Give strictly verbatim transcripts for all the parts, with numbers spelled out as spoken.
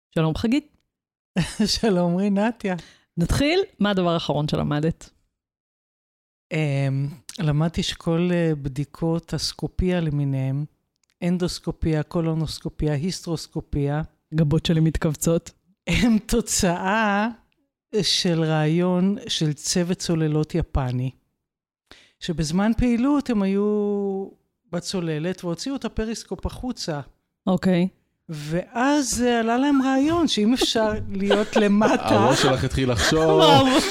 שלום חגית. שלום רינתיה. נתחיל, מה הדבר האחרון שלמדת? למדתי שכל בדיקות הסקופיה למיניהם, אנדוסקופיה, קולונוסקופיה, היסטרוסקופיה, גבות שלי מתכווצות. הם תוצאה של רעיון של צוות צוללות יפני, שבזמן פעילות הם היו בצוללת והוציאו את הפריסקופ החוצה. אוקיי. ואז עלה להם רעיון שאם אפשר להיות למטה... הראש שלך התחיל לחשוב.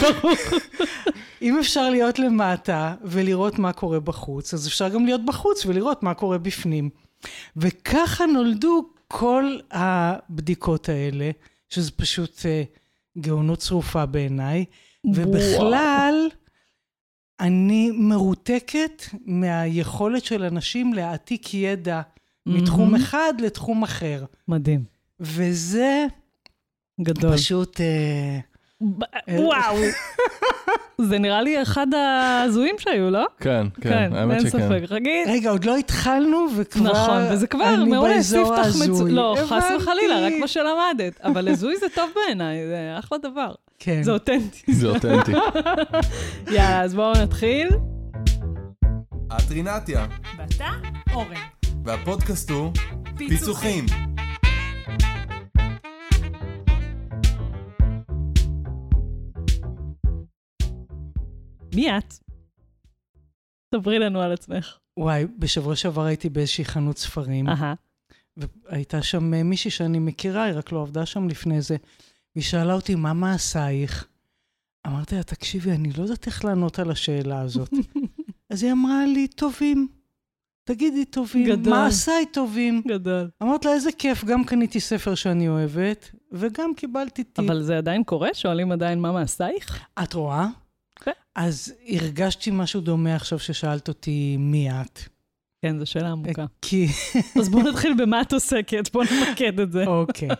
אם אפשר להיות למטה ולראות מה קורה בחוץ, אז אפשר גם להיות בחוץ ולראות מה קורה בפנים. וככה נולדו כל הבדיקות האלה, שזה פשוט גאונות צרופה בעיניי. ובכלל, אני מרותקת מהיכולת של אנשים להעתיק ידע מתחום אחד לתחום אחר. מדהים. וזה גדול. פשוט... וואו. זה נראה לי אחד הזויים שהיו, לא? כן, כן, האמת שכן. אין ספק, חגית. רגע, עוד לא התחלנו וכבר... נכון, וזה כבר אני מעולה, באזור ספתח הזוי. מצוי. לא, חס הבנתי. וחלילה, רק מה שלמדת. אבל לזוי זה טוב בעיניי, זה אחלה דבר. כן. זה אותנטי. זה אותנטי. יאללה, אז בואו נתחיל. את רינתיה. ואתה אורן. והפודקאסט הוא פיצוחים. מי את? ספרי לנו על עצמך. וואי, בשבוע שעבר הייתי באיזושהי חנות ספרים, אהה. והייתה שם מישהי שאני מכירה, היא רק לא עבדה שם לפני זה, והיא שאלה אותי, מה מעשייך? אמרתי לה, תקשיבי, אני לא יודעת איך לענות על השאלה הזאת. אז היא אמרה לי, טובים. תגידי טובים. גדול. מעשיי טובים. גדול. אמרת לה, איזה כיף, גם קניתי ספר שאני אוהבת, וגם קיבלתי טיפ. אבל זה עדיין קורה? שואלים עדיין מה מעשייך? את רואה? כן. אז הרגשתי משהו דומה עכשיו ששאלת אותי מי את. כן, זו שאלה עמוקה. כי... אז בואו נתחיל במה את עוסקת, בואו נמקד את זה. אוקיי.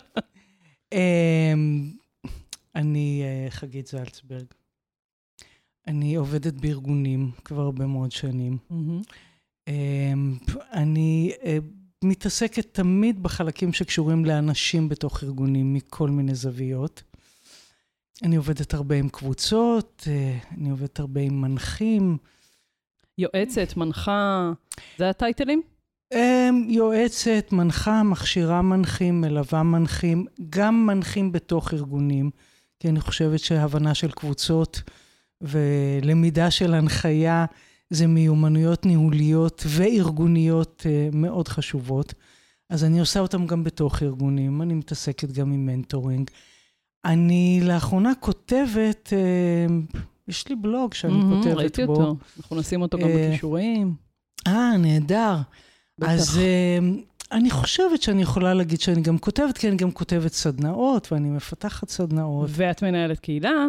אני חגית זלצברג. אני עובדת בארגונים כבר הרבה מאוד שנים. אני מתעסקת תמיד בחלקים שקשורים לאנשים בתוך ארגונים מכל מיני זוויות. אני עובדת הרבה עם קבוצות, אני עובדת הרבה עם מנחים. יועצת, מנחה, זה הטייטלים? יועצת, מנחה, מכשירה מנחים, מלווה מנחים, גם מנחים בתוך ארגונים, כי אני חושבת שההבנה של קבוצות ולמידה של הנחיה, זה מיומנויות ניהוליות וארגוניות מאוד חשובות. אז אני עושה אותם גם בתוך ארגונים, אני מתעסקת גם עם מנטורינג. אני לאחרונה כותבת, יש לי בלוג שאני כותבת בו. ראיתי אותו, אנחנו נשים אותו גם בקישורים. אה, נהדר. אז אני חושבת שאני יכולה להגיד שאני גם כותבת, כי אני גם כותבת סדנאות, ואני מפתחת סדנאות. ואת מנהלת קהילה?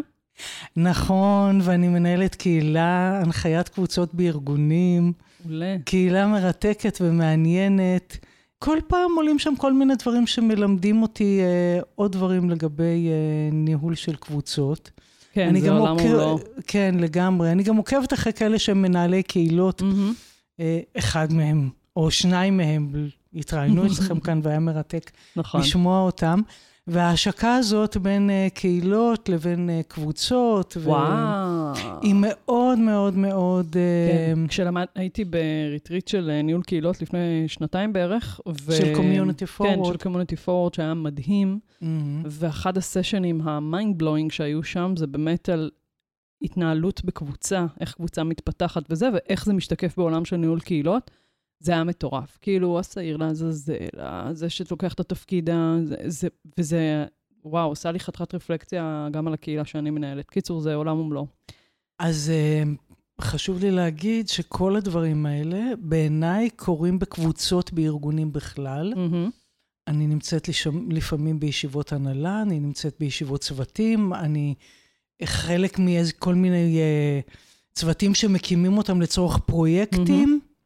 נכון, ואני מנהלת קהילה, הנחיית קבוצות בארגונים. אולי. קהילה מרתקת ומעניינת. כל פעם עולים שם כל מיני דברים שמלמדים אותי אה, עוד דברים לגבי אה, ניהול של קבוצות. כן, זה עולם עוקב, ולא. כן, לגמרי. אני גם עוקבת אחרי כאלה שהם מנהלי קהילות. Mm-hmm. אה, אחד מהם, או שניים מהם, התראיינו אצלכם כאן והיה מרתק נכון. לשמוע אותם. וההשקה הזאת בין uh, קהילות לבין uh, קבוצות, וואו. היא מאוד מאוד מאוד... כן. Uh, כשלמד, הייתי בריטריט של ניהול קהילות לפני שנתיים בערך. ו... של Community Forward. כן, של Community Forward, שהיה מדהים. Mm-hmm. ואחד הסשנים, המיינד בלואינג שהיו שם, זה באמת על התנהלות בקבוצה, איך קבוצה מתפתחת וזה, ואיך זה משתקף בעולם של ניהול קהילות. זה היה מטורף. כאילו, השעיר לעזאזל, זה שלוקח את התפקיד, זה, זה, וזה, וואו, עושה לי חתיכת רפלקציה גם על הקהילה שאני מנהלת. קיצור, זה עולם ומלואו. אז חשוב לי להגיד שכל הדברים האלה, בעיניי קורים בקבוצות בארגונים בכלל. Mm-hmm. אני נמצאת לפעמים בישיבות הנהלה, אני נמצאת בישיבות צוותים, אני חלק מכל מיני צוותים שמקימים אותם לצורך פרויקטים, mm-hmm.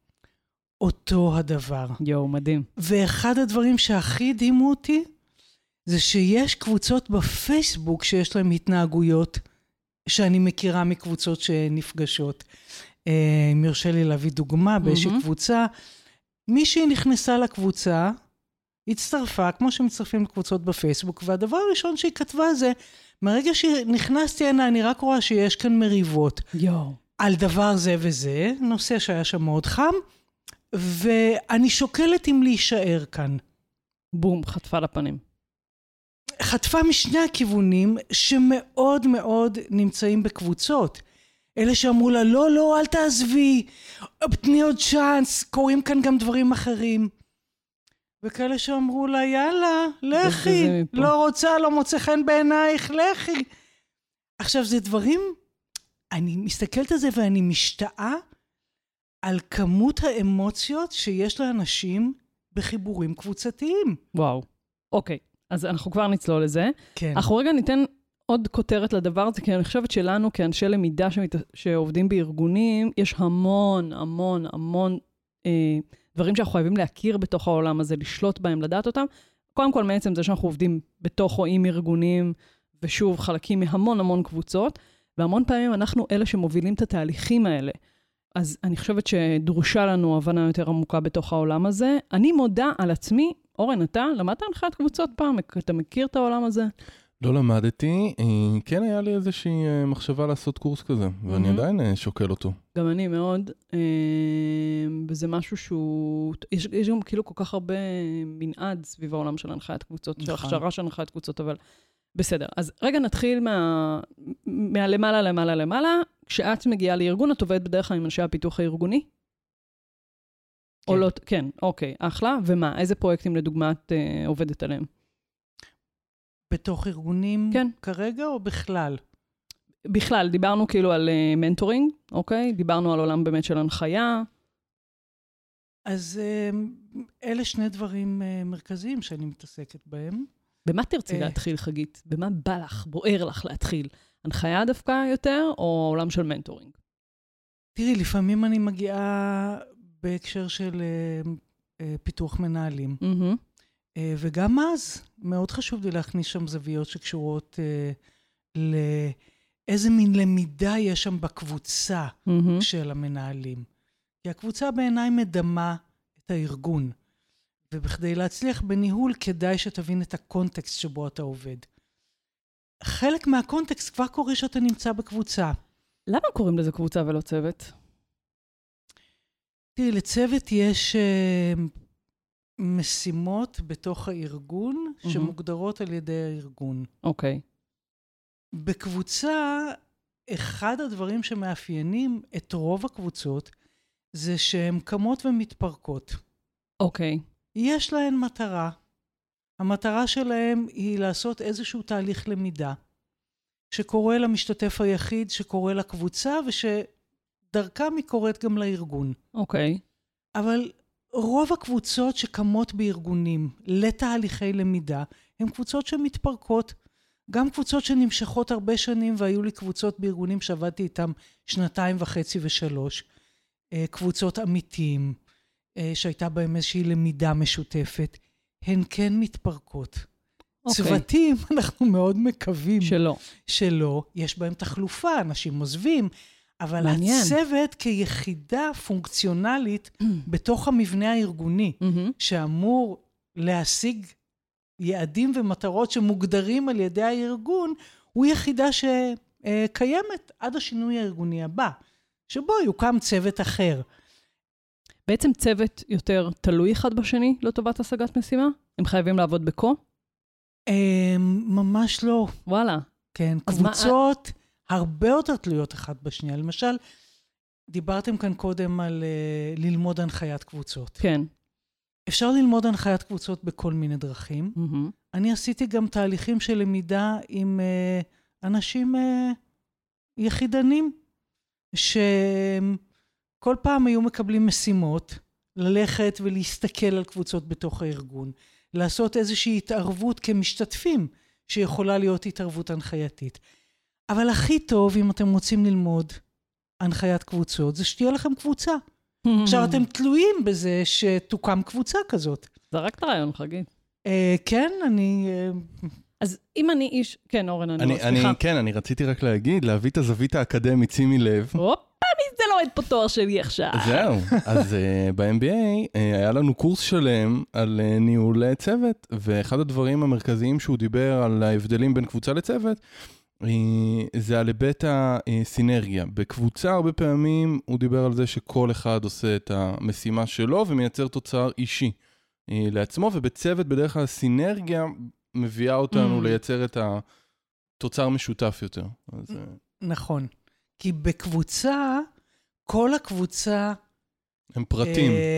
אותו הדבר. יו, מדהים. ואחד הדברים שהכי הדהימו אותי, זה שיש קבוצות בפייסבוק שיש להם התנהגויות שאני מכירה מקבוצות שנפגשות. אם ירשה לי להביא דוגמה, באיזושהי קבוצה, מישהי נכנסה לקבוצה, הצטרפה, כמו שמצטרפים לקבוצות בפייסבוק, והדבר הראשון שהיא כתבה זה, מהרגע שנכנסתי הנה, אני רק רואה שיש כאן מריבות. יו. על דבר זה וזה, נושא שהיה שם מאוד חם, ואני שוקלת אם להישאר כאן. בום, חטפה לפנים. חטפה משני הכיוונים שמאוד מאוד נמצאים בקבוצות. אלה שאמרו לה, לא, לא, אל תעזבי, תני עוד צ'אנס, קוראים כאן גם דברים אחרים. וכאלה שאמרו לה, יאללה, לכי, לא רוצה, לא מוצא חן בעינייך, לכי. עכשיו, זה דברים, אני מסתכלת על זה ואני משתאה על כמות האמוציות שיש לאנשים בחיבורים קבוצתיים. וואו, אוקיי. אז אנחנו כבר נצלול לזה. כן. אנחנו רגע ניתן עוד כותרת לדבר הזה, כי אני חושבת שלנו, כאנשי למידה שמת... שעובדים בארגונים, יש המון, המון, המון אה, דברים שאנחנו חייבים להכיר בתוך העולם הזה, לשלוט בהם, לדעת אותם. קודם כל, מעצם זה שאנחנו עובדים בתוך או עם ארגונים, ושוב, חלקים מהמון המון קבוצות, והמון פעמים אנחנו אלה שמובילים את התהליכים האלה. אז אני חושבת שדרושה לנו הבנה יותר עמוקה בתוך העולם הזה. אני מודה על עצמי, אורן, אתה למדת הנחיית קבוצות פעם? אתה מכיר את העולם הזה? לא למדתי, כן היה לי איזושהי מחשבה לעשות קורס כזה, ואני עדיין שוקל אותו. גם אני מאוד, וזה משהו שהוא, יש, יש גם כאילו כל כך הרבה מנעד סביב העולם של הנחיית קבוצות, של הכשרה של הנחיית קבוצות, אבל בסדר. אז רגע נתחיל מה, מהלמעלה למעלה למעלה, כשאת מגיעה לארגון, את עובדת בדרך כלל עם אנשי הפיתוח הארגוני? כן. או לא, כן, אוקיי, אחלה. ומה, איזה פרויקטים לדוגמה את אה, עובדת עליהם? בתוך ארגונים כן. כרגע או בכלל? בכלל, דיברנו כאילו על uh, מנטורינג, אוקיי? דיברנו על עולם באמת של הנחיה. אז uh, אלה שני דברים uh, מרכזיים שאני מתעסקת בהם. במה תרצי uh, להתחיל, חגית? במה בא לך, בוער לך להתחיל? הנחיה דווקא יותר או עולם של מנטורינג? תראי, לפעמים אני מגיעה בהקשר של uh, uh, פיתוח מנהלים. Mm-hmm. Uh, וגם אז, מאוד חשוב לי להכניס שם זוויות שקשורות uh, לאיזה מין למידה יש שם בקבוצה mm-hmm. של המנהלים. כי הקבוצה בעיניי מדמה את הארגון. ובכדי להצליח בניהול, כדאי שתבין את הקונטקסט שבו אתה עובד. חלק מהקונטקסט כבר קורה שאתה נמצא בקבוצה. למה קוראים לזה קבוצה ולא צוות? תראי, לצוות יש uh, משימות בתוך הארגון mm-hmm. שמוגדרות על ידי הארגון. אוקיי. Okay. בקבוצה, אחד הדברים שמאפיינים את רוב הקבוצות, זה שהן קמות ומתפרקות. אוקיי. Okay. יש להן מטרה. המטרה שלהן היא לעשות איזשהו תהליך למידה, שקורה למשתתף היחיד, שקורה לקבוצה, ושדרכם היא קורית גם לארגון. אוקיי. Okay. אבל רוב הקבוצות שקמות בארגונים לתהליכי למידה, הן קבוצות שמתפרקות, גם קבוצות שנמשכות הרבה שנים, והיו לי קבוצות בארגונים שעבדתי איתם שנתיים וחצי ושלוש, קבוצות אמיתיים, שהייתה בהם איזושהי למידה משותפת, הן כן מתפרקות. Okay. צוותים, אנחנו מאוד מקווים. שלא. שלא, יש בהם תחלופה, אנשים עוזבים, אבל מעניין. הצוות כיחידה פונקציונלית בתוך המבנה הארגוני, mm-hmm. שאמור להשיג יעדים ומטרות שמוגדרים על ידי הארגון, הוא יחידה שקיימת עד השינוי הארגוני הבא, שבו יוקם צוות אחר. בעצם צוות יותר תלוי אחד בשני לטובת השגת משימה? הם חייבים לעבוד בקו? ממש לא. וואלה. כן, קבוצות מה... הרבה יותר תלויות אחד בשנייה. למשל, דיברתם כאן קודם על uh, ללמוד הנחיית קבוצות. כן. אפשר ללמוד הנחיית קבוצות בכל מיני דרכים. Mm-hmm. אני עשיתי גם תהליכים של למידה עם uh, אנשים uh, יחידנים, שכל פעם היו מקבלים משימות, ללכת ולהסתכל על קבוצות בתוך הארגון, לעשות איזושהי התערבות כמשתתפים, שיכולה להיות התערבות הנחייתית. אבל הכי טוב, אם אתם רוצים ללמוד הנחיית קבוצות, זה שתהיה לכם קבוצה. עכשיו, אתם תלויים בזה שתוקם קבוצה כזאת. זה רק את הרעיון, חגית. כן, אני... אז אם אני איש... כן, אורן, אני לא, סליחה. כן, אני רציתי רק להגיד, להביא את הזווית האקדמית, שימי לב. מי זה לומד פה תואר שלי עכשיו? זהו, אז uh, ב-אם בי איי uh, היה לנו קורס שלם על uh, ניהול צוות, ואחד הדברים המרכזיים שהוא דיבר על ההבדלים בין קבוצה לצוות, uh, זה על היבט הסינרגיה. בקבוצה הרבה פעמים הוא דיבר על זה שכל אחד עושה את המשימה שלו, ומייצר תוצר אישי uh, לעצמו, ובצוות בדרך כלל הסינרגיה מביאה אותנו mm. לייצר את התוצר משותף יותר. אז, uh... נכון. כי בקבוצה, כל הקבוצה... הם פרטים. אה,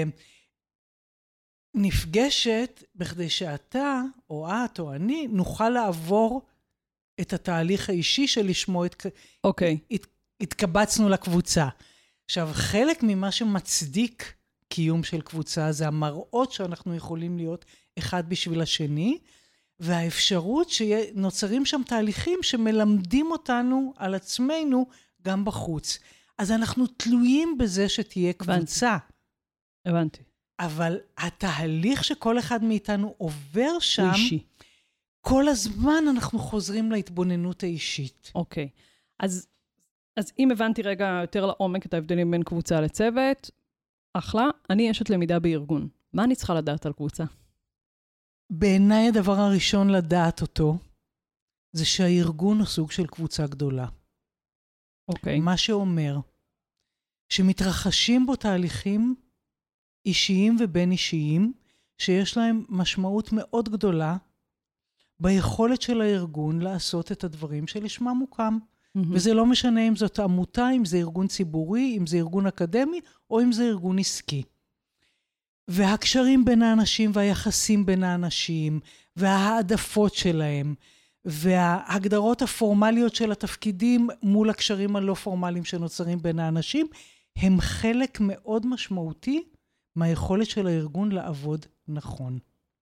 נפגשת בכדי שאתה, או את, או אני, נוכל לעבור את התהליך האישי שלשמו הת... אוקיי. הת... התקבצנו לקבוצה. עכשיו, חלק ממה שמצדיק קיום של קבוצה, זה המראות שאנחנו יכולים להיות אחד בשביל השני, והאפשרות שנוצרים שם תהליכים שמלמדים אותנו על עצמנו, גם בחוץ. אז אנחנו תלויים בזה שתהיה קבוצה. הבנתי. אבל התהליך שכל אחד מאיתנו עובר שם, אישי. כל הזמן אנחנו חוזרים להתבוננות האישית. אוקיי. אז, אז אם הבנתי רגע יותר לעומק את ההבדלים בין קבוצה לצוות, אחלה, אני אשת למידה בארגון. מה אני צריכה לדעת על קבוצה? בעיניי הדבר הראשון לדעת אותו, זה שהארגון הוא סוג של קבוצה גדולה. אוקיי. מה שאומר שמתרחשים בו תהליכים אישיים ובין אישיים, שיש להם משמעות מאוד גדולה ביכולת של הארגון לעשות את הדברים שלשמם מוקם. Mm-hmm. וזה לא משנה אם זאת עמותה, אם זה ארגון ציבורי, אם זה ארגון אקדמי, או אם זה ארגון עסקי. והקשרים בין האנשים והיחסים בין האנשים, וההעדפות שלהם, וההגדרות הפורמליות של התפקידים מול הקשרים הלא פורמליים שנוצרים בין האנשים, הם חלק מאוד משמעותי מהיכולת של הארגון לעבוד נכון.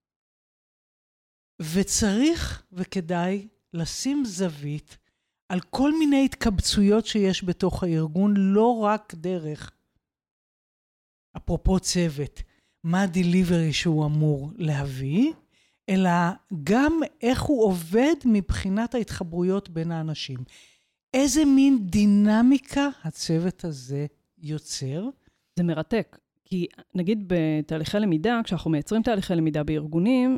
וצריך וכדאי לשים זווית על כל מיני התקבצויות שיש בתוך הארגון, לא רק דרך, אפרופו צוות, מה הדיליברי שהוא אמור להביא, אלא גם איך הוא עובד מבחינת ההתחברויות בין האנשים. איזה מין דינמיקה הצוות הזה יוצר? זה מרתק, כי נגיד בתהליכי למידה, כשאנחנו מייצרים תהליכי למידה בארגונים,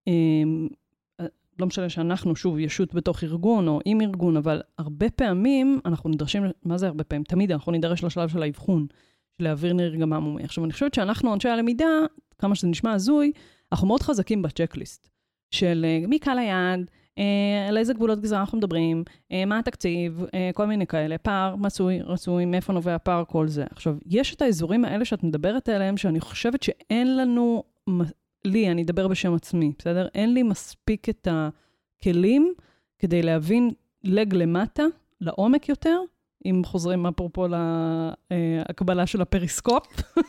לא משנה שאנחנו שוב ישות בתוך ארגון או עם ארגון, אבל הרבה פעמים אנחנו נדרשים, מה זה הרבה פעמים? תמיד אנחנו נדרש לשלב של האבחון, של להעביר נרגמה מומי. עכשיו אני חושבת שאנחנו אנשי הלמידה, כמה שזה נשמע הזוי, אנחנו מאוד חזקים בצ'קליסט, של מי קהל היעד, על איזה גבולות גזרה אנחנו מדברים, מה התקציב, כל מיני כאלה, פער, מצוי, רצוי, מאיפה נובע פער, כל זה. עכשיו, יש את האזורים האלה שאת מדברת עליהם, שאני חושבת שאין לנו, לי, אני אדבר בשם עצמי, בסדר? אין לי מספיק את הכלים כדי להבין לג למטה, לעומק יותר, אם חוזרים אפרופו להקבלה של הפריסקופ,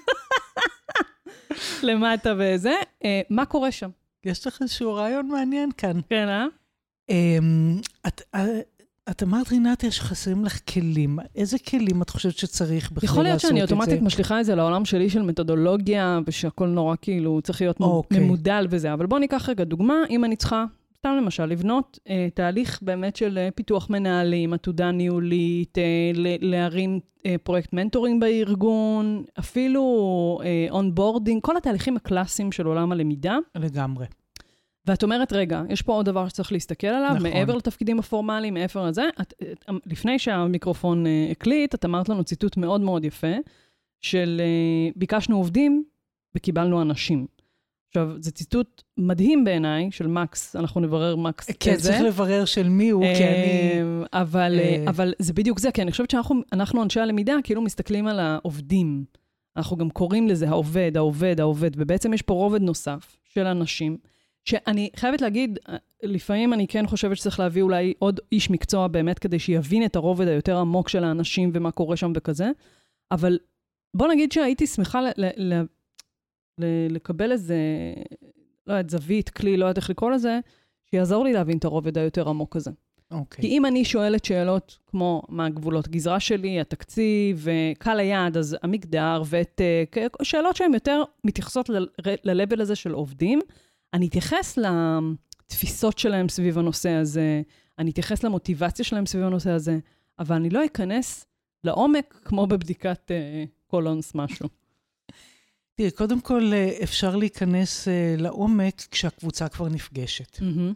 למטה וזה, מה קורה שם? יש לך איזשהו רעיון מעניין כאן. כן, אה? את, את אמרת, רינת, יש חסרים לך כלים. איזה כלים את חושבת שצריך בכלל לעשות את זה? יכול להיות שאני אוטומטית משליחה את זה לעולם שלי של מתודולוגיה, ושהכל נורא כאילו צריך להיות okay. ממודל וזה. אבל בוא ניקח רגע דוגמה, אם אני צריכה, סתם למשל, לבנות אה, תהליך באמת של אה, פיתוח מנהלים, עתודה ניהולית, אה, להרים אה, פרויקט מנטורינג בארגון, אפילו אה, אונבורדינג, כל התהליכים הקלאסיים של עולם הלמידה. לגמרי. ואת אומרת, רגע, יש פה עוד דבר שצריך להסתכל עליו, נכון. מעבר לתפקידים הפורמליים, מעבר לזה, את, את, לפני שהמיקרופון אה, הקליט, את אמרת לנו ציטוט מאוד מאוד יפה, של אה, ביקשנו עובדים וקיבלנו אנשים. עכשיו, זה ציטוט מדהים בעיניי, של מקס, אנחנו נברר מקס איזה. כן, צריך לברר של מי הוא, כי אני... אבל, אבל זה בדיוק זה, כי אני חושבת שאנחנו אנשי הלמידה, כאילו מסתכלים על העובדים. אנחנו גם קוראים לזה העובד, העובד, העובד, ובעצם יש פה רובד נוסף של אנשים, שאני חייבת להגיד, לפעמים אני כן חושבת שצריך להביא אולי עוד איש מקצוע באמת, כדי שיבין את הרובד היותר עמוק של האנשים, ומה קורה שם וכזה, אבל בוא נגיד שהייתי שמחה ל... ל לקבל איזה, לא יודעת, זווית, כלי, לא יודעת איך לקרוא לזה, שיעזור לי להבין את הרובד היותר עמוק הזה. אוקיי. כי אם אני שואלת שאלות כמו מה הגבולות גזרה שלי, התקציב, קהל היעד, אז המגדר, ותק, שאלות שהן יותר מתייחסות ל-level הזה של עובדים, אני אתייחס לתפיסות שלהם סביב הנושא הזה, אני אתייחס למוטיבציה שלהם סביב הנושא הזה, אבל אני לא אכנס לעומק, כמו בבדיקת אה, קולונס משהו. תראי, קודם כל אפשר להיכנס אה, לעומק כשהקבוצה כבר נפגשת. Mm-hmm.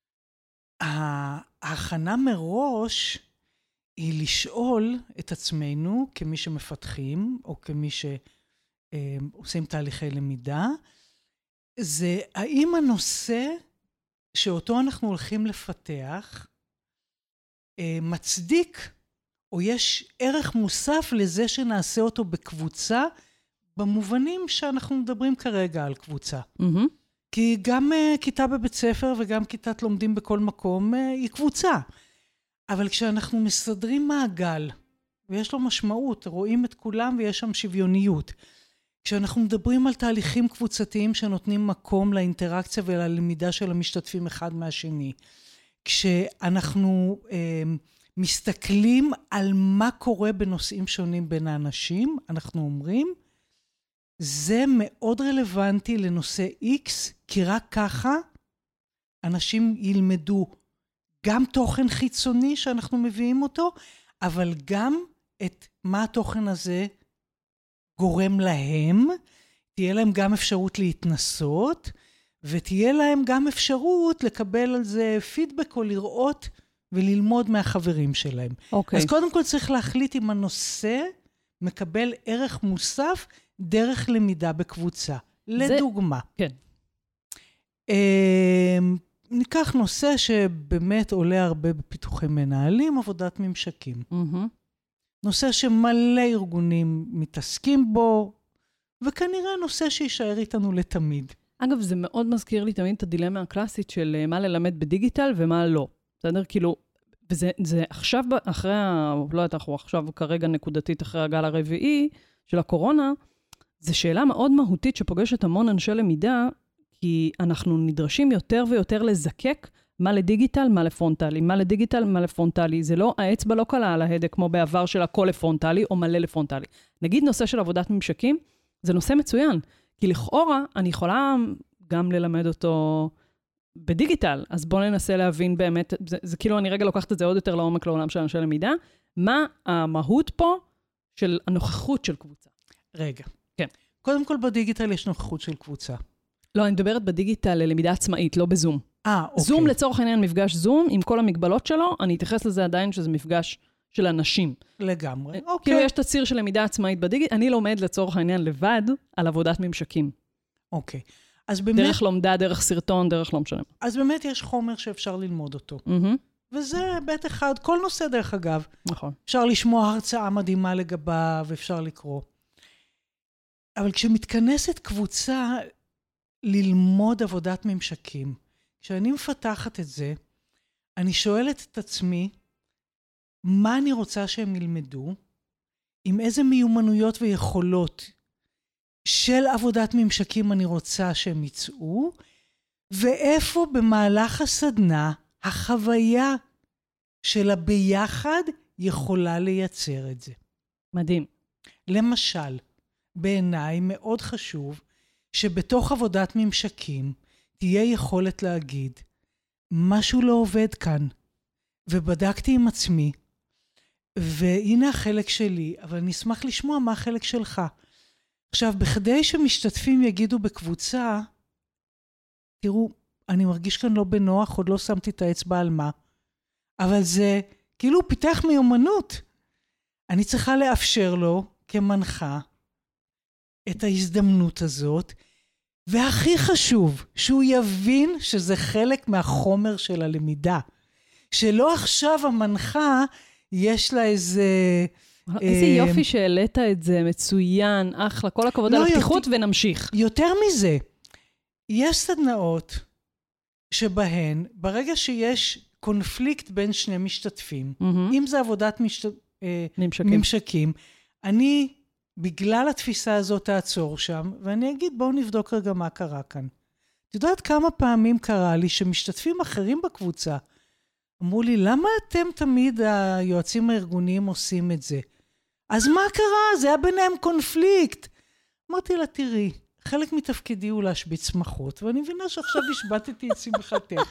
ההכנה מראש היא לשאול את עצמנו, כמי שמפתחים, או כמי שעושים תהליכי למידה, זה האם הנושא שאותו אנחנו הולכים לפתח, מצדיק, או יש ערך מוסף לזה שנעשה אותו בקבוצה, במובנים שאנחנו מדברים כרגע על קבוצה. Mm-hmm. כי גם uh, כיתה בבית ספר וגם כיתת לומדים בכל מקום uh, היא קבוצה. אבל כשאנחנו מסדרים מעגל, ויש לו משמעות, רואים את כולם ויש שם שוויוניות. כשאנחנו מדברים על תהליכים קבוצתיים שנותנים מקום לאינטראקציה וללמידה של המשתתפים אחד מהשני, כשאנחנו uh, מסתכלים על מה קורה בנושאים שונים בין האנשים, אנחנו אומרים, זה מאוד רלוונטי לנושא X, כי רק ככה אנשים ילמדו גם תוכן חיצוני שאנחנו מביאים אותו, אבל גם את מה התוכן הזה גורם להם, תהיה להם גם אפשרות להתנסות, ותהיה להם גם אפשרות לקבל על זה פידבק או לראות וללמוד מהחברים שלהם. אוקיי. אז קודם כל צריך להחליט אם הנושא מקבל ערך מוסף דרך למידה בקבוצה. לדוגמה. כן. אה, ניקח נושא שבאמת עולה הרבה בפיתוחי מנהלים, עבודת ממשקים. Mm-hmm. נושא שמלא ארגונים מתעסקים בו, וכנראה נושא שישאר איתנו לתמיד. אגב, זה מאוד מזכיר לי תמיד את הדילמה הקלאסית של מה ללמד בדיגיטל ומה לא. בסדר? כאילו, וזה זה עכשיו, אחרי, ה, לא יודעת, אנחנו עכשיו כרגע נקודתית אחרי הגל הרביעי של הקורונה, זו שאלה מאוד מהותית שפוגשת המון אנשי למידה, כי אנחנו נדרשים יותר ויותר לזקק מה לדיגיטל, מה לפרונטלי. מה לדיגיטל, מה לפרונטלי. זה לא, האצבע לא קלה על ההדק, כמו בעבר של הכל לפרונטלי או מלא לפרונטלי. נגיד נושא של עבודת ממשקים, זה נושא מצוין. כי לכאורה, אני יכולה גם ללמד אותו בדיגיטל. אז בואו ננסה להבין באמת, זה, זה כאילו אני רגע לוקחת את זה עוד יותר לעומק לעולם של אנשי למידה, מה המהות פה של הנוכחות של קבוצה. רגע. כן. קודם כל בדיגיטל יש נוכחות של קבוצה. לא, אני מדברת בדיגיטל ללמידה עצמאית, לא בזום. אה, אוקיי. זום לצורך העניין מפגש זום, עם כל המגבלות שלו, אני אתייחס לזה עדיין שזה מפגש של אנשים. לגמרי, אוקיי. כאילו יש את הציר של למידה עצמאית בדיגיטל, אני לומד לצורך העניין לבד על עבודת ממשקים. אוקיי. אז באמת... דרך לומדה, דרך סרטון, דרך לא משנה. אז באמת יש חומר שאפשר ללמוד אותו. Mm-hmm. וזה בית אחד, כל נושא דרך אגב. נכון. אפשר לשמוע הרצאה מדהימה לגביו, אפשר לקרוא. אבל כשמתכנסת קבוצה ללמוד עבודת ממשקים, כשאני מפתחת את זה, אני שואלת את עצמי, מה אני רוצה שהם ילמדו, עם איזה מיומנויות ויכולות של עבודת ממשקים אני רוצה שהם יצאו, ואיפה במהלך הסדנה החוויה של הביחד יכולה לייצר את זה. מדהים. למשל, בעיניי מאוד חשוב שבתוך עבודת ממשקים תהיה יכולת להגיד, משהו לא עובד כאן, ובדקתי עם עצמי, והנה החלק שלי, אבל אני אשמח לשמוע מה החלק שלך. עכשיו, בכדי שמשתתפים יגידו בקבוצה, תראו, אני מרגיש כאן לא בנוח, עוד לא שמתי את האצבע על מה, אבל זה כאילו פיתח מיומנות. אני צריכה לאפשר לו כמנחה את ההזדמנות הזאת, והכי חשוב, שהוא יבין שזה חלק מהחומר של הלמידה. שלא עכשיו המנחה, יש לה איזה... איזה יופי שהעלית את זה, מצוין, אחלה, כל הכבוד על הפתיחות ונמשיך. יותר מזה, יש סדנאות שבהן, ברגע שיש קונפליקט בין שני משתתפים, אם זה עבודת ממשקים, אני... בגלל התפיסה הזאת תעצור שם, ואני אגיד, בואו נבדוק רגע מה קרה כאן. את יודעת כמה פעמים קרה לי שמשתתפים אחרים בקבוצה, אמרו לי, למה אתם תמיד היועצים הארגוניים עושים את זה? אז מה קרה? זה היה ביניהם קונפליקט. אמרתי לה, תראי, חלק מתפקידי הוא להשביץ שמחות, ואני מבינה שעכשיו השבטתי את שמחתך.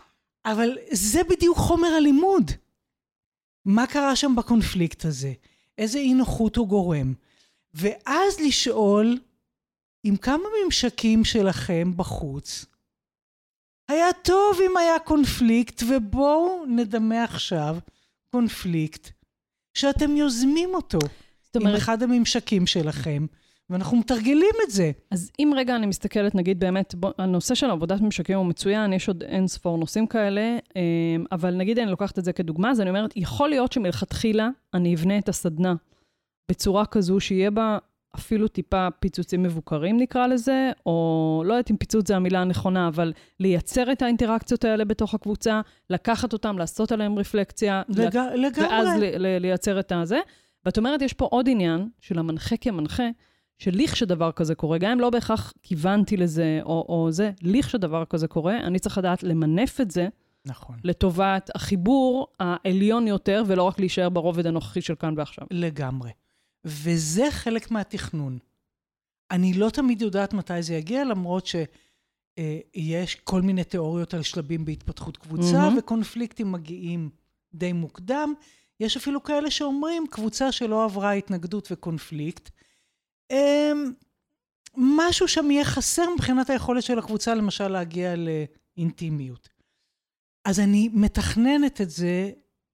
אבל זה בדיוק חומר הלימוד. מה קרה שם בקונפליקט הזה? איזה אי נוחות הוא גורם. ואז לשאול, עם כמה ממשקים שלכם בחוץ, היה טוב אם היה קונפליקט, ובואו נדמה עכשיו קונפליקט, שאתם יוזמים אותו, אומרת, עם אחד הממשקים שלכם, ואנחנו מתרגלים את זה. אז אם רגע אני מסתכלת, נגיד באמת, בוא, הנושא של עבודת ממשקים הוא מצוין, יש עוד אין ספור נושאים כאלה, אבל נגיד אני לוקחת את זה כדוגמה, אז אני אומרת, יכול להיות שמלכתחילה אני אבנה את הסדנה, בצורה כזו שיהיה בה אפילו טיפה פיצוצים מבוקרים נקרא לזה, או לא יודעת אם פיצוץ זה המילה הנכונה, אבל לייצר את האינטראקציות האלה בתוך הקבוצה, לקחת אותם, לעשות עליהם רפלקציה, לג... לגמרי. ואז ל- ל- לייצר את הזה. ואת אומרת, יש פה עוד עניין של המנחה כמנחה, שליך שדבר כזה קורה, גם אם לא בהכרח כיוונתי לזה או, או זה, ליך שדבר כזה קורה, אני צריך לדעת למנף את זה, נכון. לטובת החיבור העליון יותר, ולא רק להישאר ברובד הנוכחי של כאן ועכשיו. לגמרי. וזה חלק מהתכנון. אני לא תמיד יודעת מתי זה יגיע, למרות שיש כל מיני תיאוריות על שלבים בהתפתחות קבוצה, mm-hmm. וקונפליקטים מגיעים די מוקדם. יש אפילו כאלה שאומרים, קבוצה שלא עברה התנגדות וקונפליקט, משהו שם יהיה חסר מבחינת היכולת של הקבוצה, למשל להגיע לאינטימיות. אז אני מתכננת את זה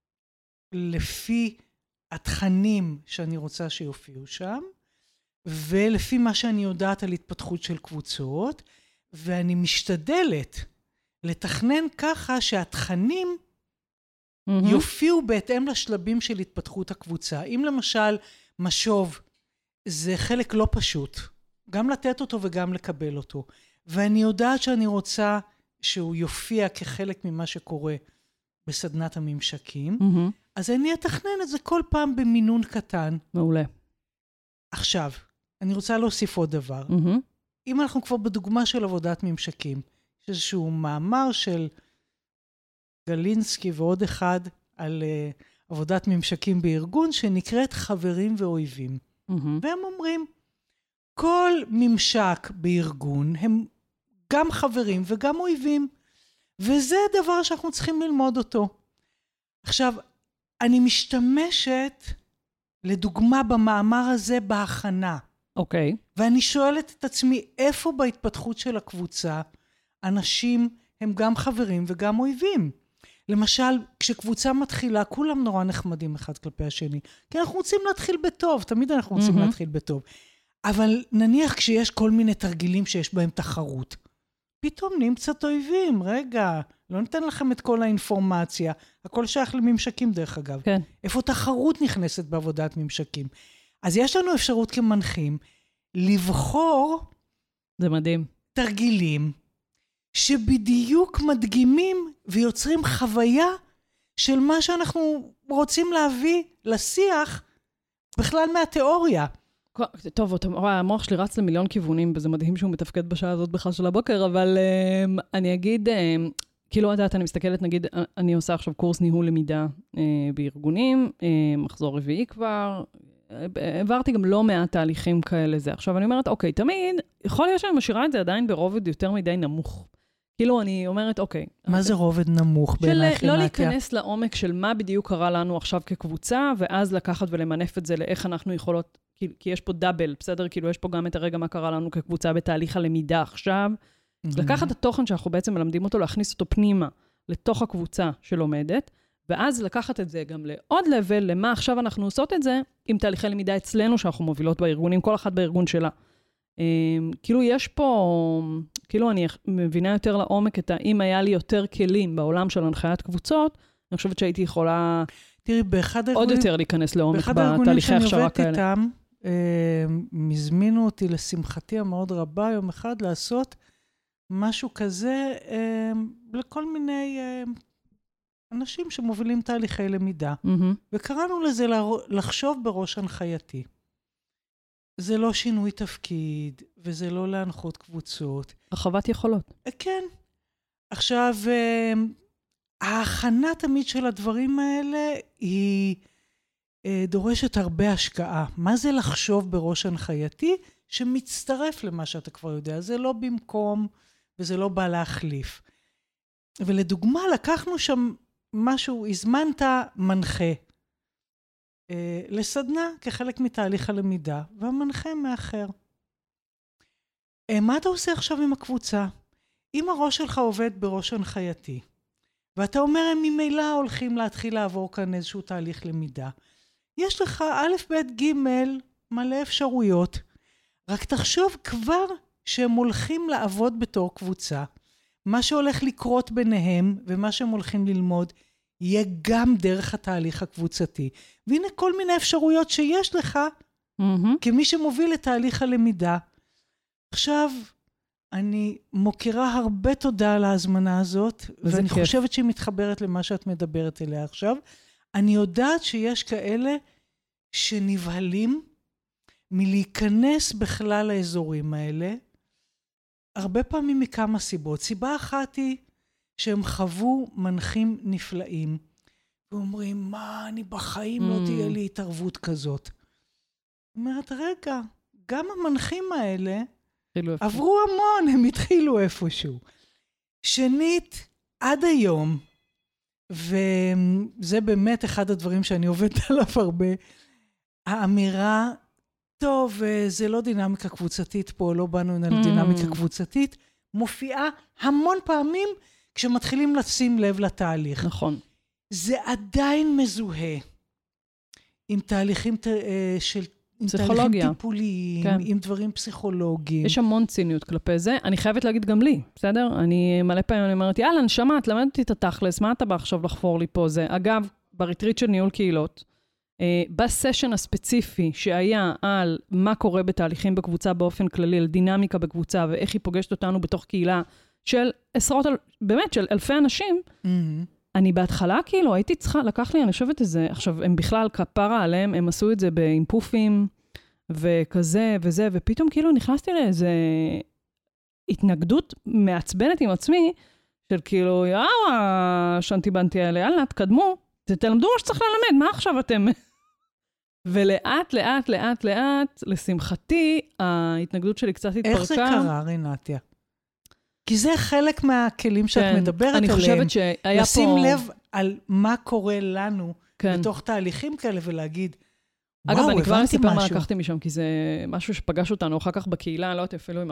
לפי התכנים שאני רוצה שיופיעו שם, ולפי מה שאני יודעת על התפתחות של קבוצות, ואני משתדלת לתכנן ככה שהתכנים mm-hmm. יופיעו בהתאם לשלבים של התפתחות הקבוצה. אם למשל משוב, זה חלק לא פשוט, גם לתת אותו וגם לקבל אותו. ואני יודעת שאני רוצה שהוא יופיע כחלק ממה שקורה בסדנת הממשקים, Mm-hmm. אז אני אתכנן את זה כל פעם במינון קטן. מעולה. עכשיו, אני רוצה להוסיף עוד דבר. Mm-hmm. אם אנחנו כבר בדוגמה של עבודת ממשקים, יש איזשהו מאמר של גלינסקי ועוד אחד על uh, עבודת ממשקים בארגון, שנקראת חברים ואויבים. Mm-hmm. והם אומרים, כל ממשק בארגון הם גם חברים וגם אויבים, וזה דבר שאנחנו צריכים ללמוד אותו. עכשיו, אני משתמשת לדוגמה במאמר הזה בהכנה. אוקיי. Okay. ואני שואלת את עצמי, איפה בהתפתחות של הקבוצה אנשים הם גם חברים וגם אויבים? למשל, כשקבוצה מתחילה, כולם נורא נחמדים אחד כלפי השני, כי אנחנו רוצים להתחיל בטוב, תמיד אנחנו רוצים mm-hmm. להתחיל בטוב. אבל נניח כשיש כל מיני תרגילים שיש בהם תחרות, פתאום נהיים קצת אויבים, רגע, לא ניתן לכם את כל האינפורמציה, הכל שייך לממשקים דרך אגב. כן. איפה תחרות נכנסת בעבודת ממשקים? אז יש לנו אפשרות כמנחים, לבחור זה מדהים. תרגילים, שבדיוק מדגימים ויוצרים חוויה של מה שאנחנו רוצים להביא לשיח בכלל מהתיאוריה. טוב, המוח שלי רץ למיליון כיוונים, וזה מדהים שהוא מתפקד בשעה הזאת בכלל של הבוקר, אבל um, אני אגיד, um, כאילו יודעת, אני מסתכלת, נגיד, אני עושה עכשיו קורס ניהול למידה uh, בארגונים, uh, מחזור רביעי כבר, העברתי גם לא מעט תהליכים כאלה זה. עכשיו אני אומרת, אוקיי, תמיד, יכול להיות שאני משאירה את זה עדיין ברובד יותר מדי נמוך. כאילו אני אומרת, אוקיי. מה זה רובד נמוך בעינייך? של לא להיכנס לעומק של מה בדיוק קרה לנו עכשיו כקבוצה, ואז לקחת ולמנף את זה לאיך אנחנו יכולות, כי, כי יש פה דאבל, בסדר? כאילו יש פה גם את הרגע מה קרה לנו כקבוצה בתהליך הלמידה עכשיו. אז לקחת את התוכן שאנחנו בעצם מלמדים אותו, להכניס אותו פנימה לתוך הקבוצה שלומדת, ואז לקחת את זה גם לעוד לבל, למה עכשיו אנחנו עושות את זה, עם תהליכי למידה אצלנו שאנחנו מובילות בארגונים, כל אחת בארגון שלה. כאילו יש פה, כאילו אני מבינה יותר לעומק את האם היה לי יותר כלים בעולם של הנחיית קבוצות, אני חושבת שהייתי יכולה תראי, באחד עוד יותר להיכנס לעומק בתהליכי הכשרה כאלה. באחד הארגונים שאני עובדת איתם, מזמינו אותי לשמחתי המאוד רבה יום אחד לעשות משהו כזה לכל מיני אנשים שמובילים תהליכי למידה, וקראנו לזה לחשוב בראש הנחייתי. זה לא שינוי תפקיד, וזה לא להנחות קבוצות. הרחבת יכולות. כן. עכשיו, ההכנה תמיד של הדברים האלה היא דורשת הרבה השקעה. מה זה לחשוב בראש הנחייתי? שמצטרף למה שאתה כבר יודע. זה לא במקום, וזה לא בא להחליף. ולדוגמה, לקחנו שם משהו, הזמנת מנחה. אה, לסדנה כחלק מתהליך הלמידה, והמנחה מאחר. אה, מה אתה עושה עכשיו עם הקבוצה? אם הראש שלך עובד בראש הנחייתי, ואתה אומר, הם ממילא הולכים להתחיל לעבור כאן איזשהו תהליך למידה, יש לך א', ב', ג', מלא אפשרויות, רק תחשוב כבר שהם הולכים לעבוד בתור קבוצה, מה שהולך לקרות ביניהם ומה שהם הולכים ללמוד, יהיה גם דרך התהליך הקבוצתי. והנה כל מיני אפשרויות שיש לך, mm-hmm. כמי שמוביל את תהליך הלמידה. עכשיו, אני מוכירה הרבה תודה על ההזמנה הזאת, ואני כיף. חושבת שהיא מתחברת למה שאת מדברת אליה עכשיו. אני יודעת שיש כאלה שנבהלים מלהיכנס בכלל האזורים האלה, הרבה פעמים מכמה סיבות. סיבה אחת היא שהם חוו מנחים נפלאים, ואומרים, מה, אני בחיים mm. לא תהיה לי התערבות כזאת. אומרת, רגע, גם המנחים האלה עברו המון, הם התחילו איפשהו. שנית, עד היום, וזה באמת אחד הדברים שאני עובדת עליו הרבה, האמירה, טוב, זה לא דינמיקה קבוצתית פה, לא באנו על mm. דינמיקה קבוצתית, מופיעה המון פעמים כשמתחילים לשים לב לתהליך. נכון. זה עדיין מזוהה עם תהליכים של עם תהליכים טיפוליים, כן. עם דברים פסיכולוגיים. יש המון ציניות כלפי זה. אני חייבת להגיד גם לי, בסדר? אני מלא פעמים אני אומרת, יאללה, נשמה, את למדת את התכלס, מה אתה בא עכשיו לחפור לי פה? זה, אגב, בריטריט של ניהול קהילות, אה, בסשן הספציפי שהיה על מה קורה בתהליכים בקבוצה באופן כללי, על דינמיקה בקבוצה, ואיך היא פוגשת אותנו בתוך קהילה של עשרות, באמת, של אלפי אנשים, mm-hmm. אני בהתחלה כאילו הייתי צריכה, לקח לי, אני חושבת איזה, עכשיו הם בכלל כפרה עליהם, הם עשו את זה באימפופים וכזה וזה, ופתאום כאילו נכנסתי לאיזה התנגדות מעצבנת עם עצמי, של כאילו, יאללה, שנתי בנתי האלה, יאללה, תקדמו, תלמדו מה שצריך ללמד, מה עכשיו אתם? ולאט, לאט, לאט, לאט, לשמחתי, ההתנגדות שלי קצת התפרקה. איך זה קרה, רינתיה? כי זה חלק מהכלים שאת כן, מדברת עליהם. אני חושבת שהיה לשים פה... לב על מה קורה לנו כן. בתוך תהליכים כאלה ולהגיד, אגב, וואו, אני כבר אספר משהו. מה לקחתי משם, כי זה משהו שפגש אותנו אחר כך בקהילה, אני לא יודעת אפילו עם...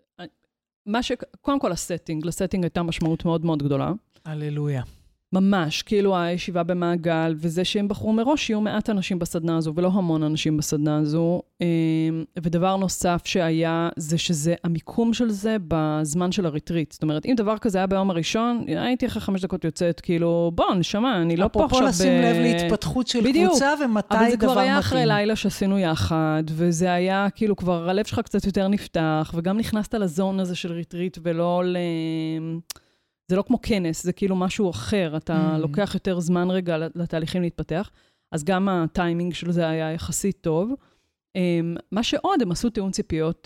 מה ש... קודם כל הסטינג, לסטינג הייתה משמעות מאוד מאוד גדולה. הללויה. ממש, כאילו הישיבה במעגל, וזה שהם בחרו מראש, יהיו מעט אנשים בסדנה הזו, ולא המון אנשים בסדנה הזו. ודבר נוסף שהיה, זה שזה, המיקום של זה בזמן של הריטריט. זאת אומרת, אם דבר כזה היה ביום הראשון, הייתי אחרי חמש דקות יוצאת, כאילו, בוא, נשמע, אני לא פה עכשיו... אפרופו לשים לב להתפתחות של בדיוק. קבוצה, ומתי דבר מתאים. אבל זה כבר היה אחרי לילה שעשינו יחד, וזה היה, כאילו, כבר הלב שלך קצת יותר נפתח, וגם נכנסת לזון הזה של ריטריט, ולא ל... זה לא כמו כנס, זה כאילו משהו אחר, אתה mm. לוקח יותר זמן רגע לתהליכים להתפתח, אז גם הטיימינג של זה היה יחסית טוב. מה שעוד, הם עשו תיאום ציפיות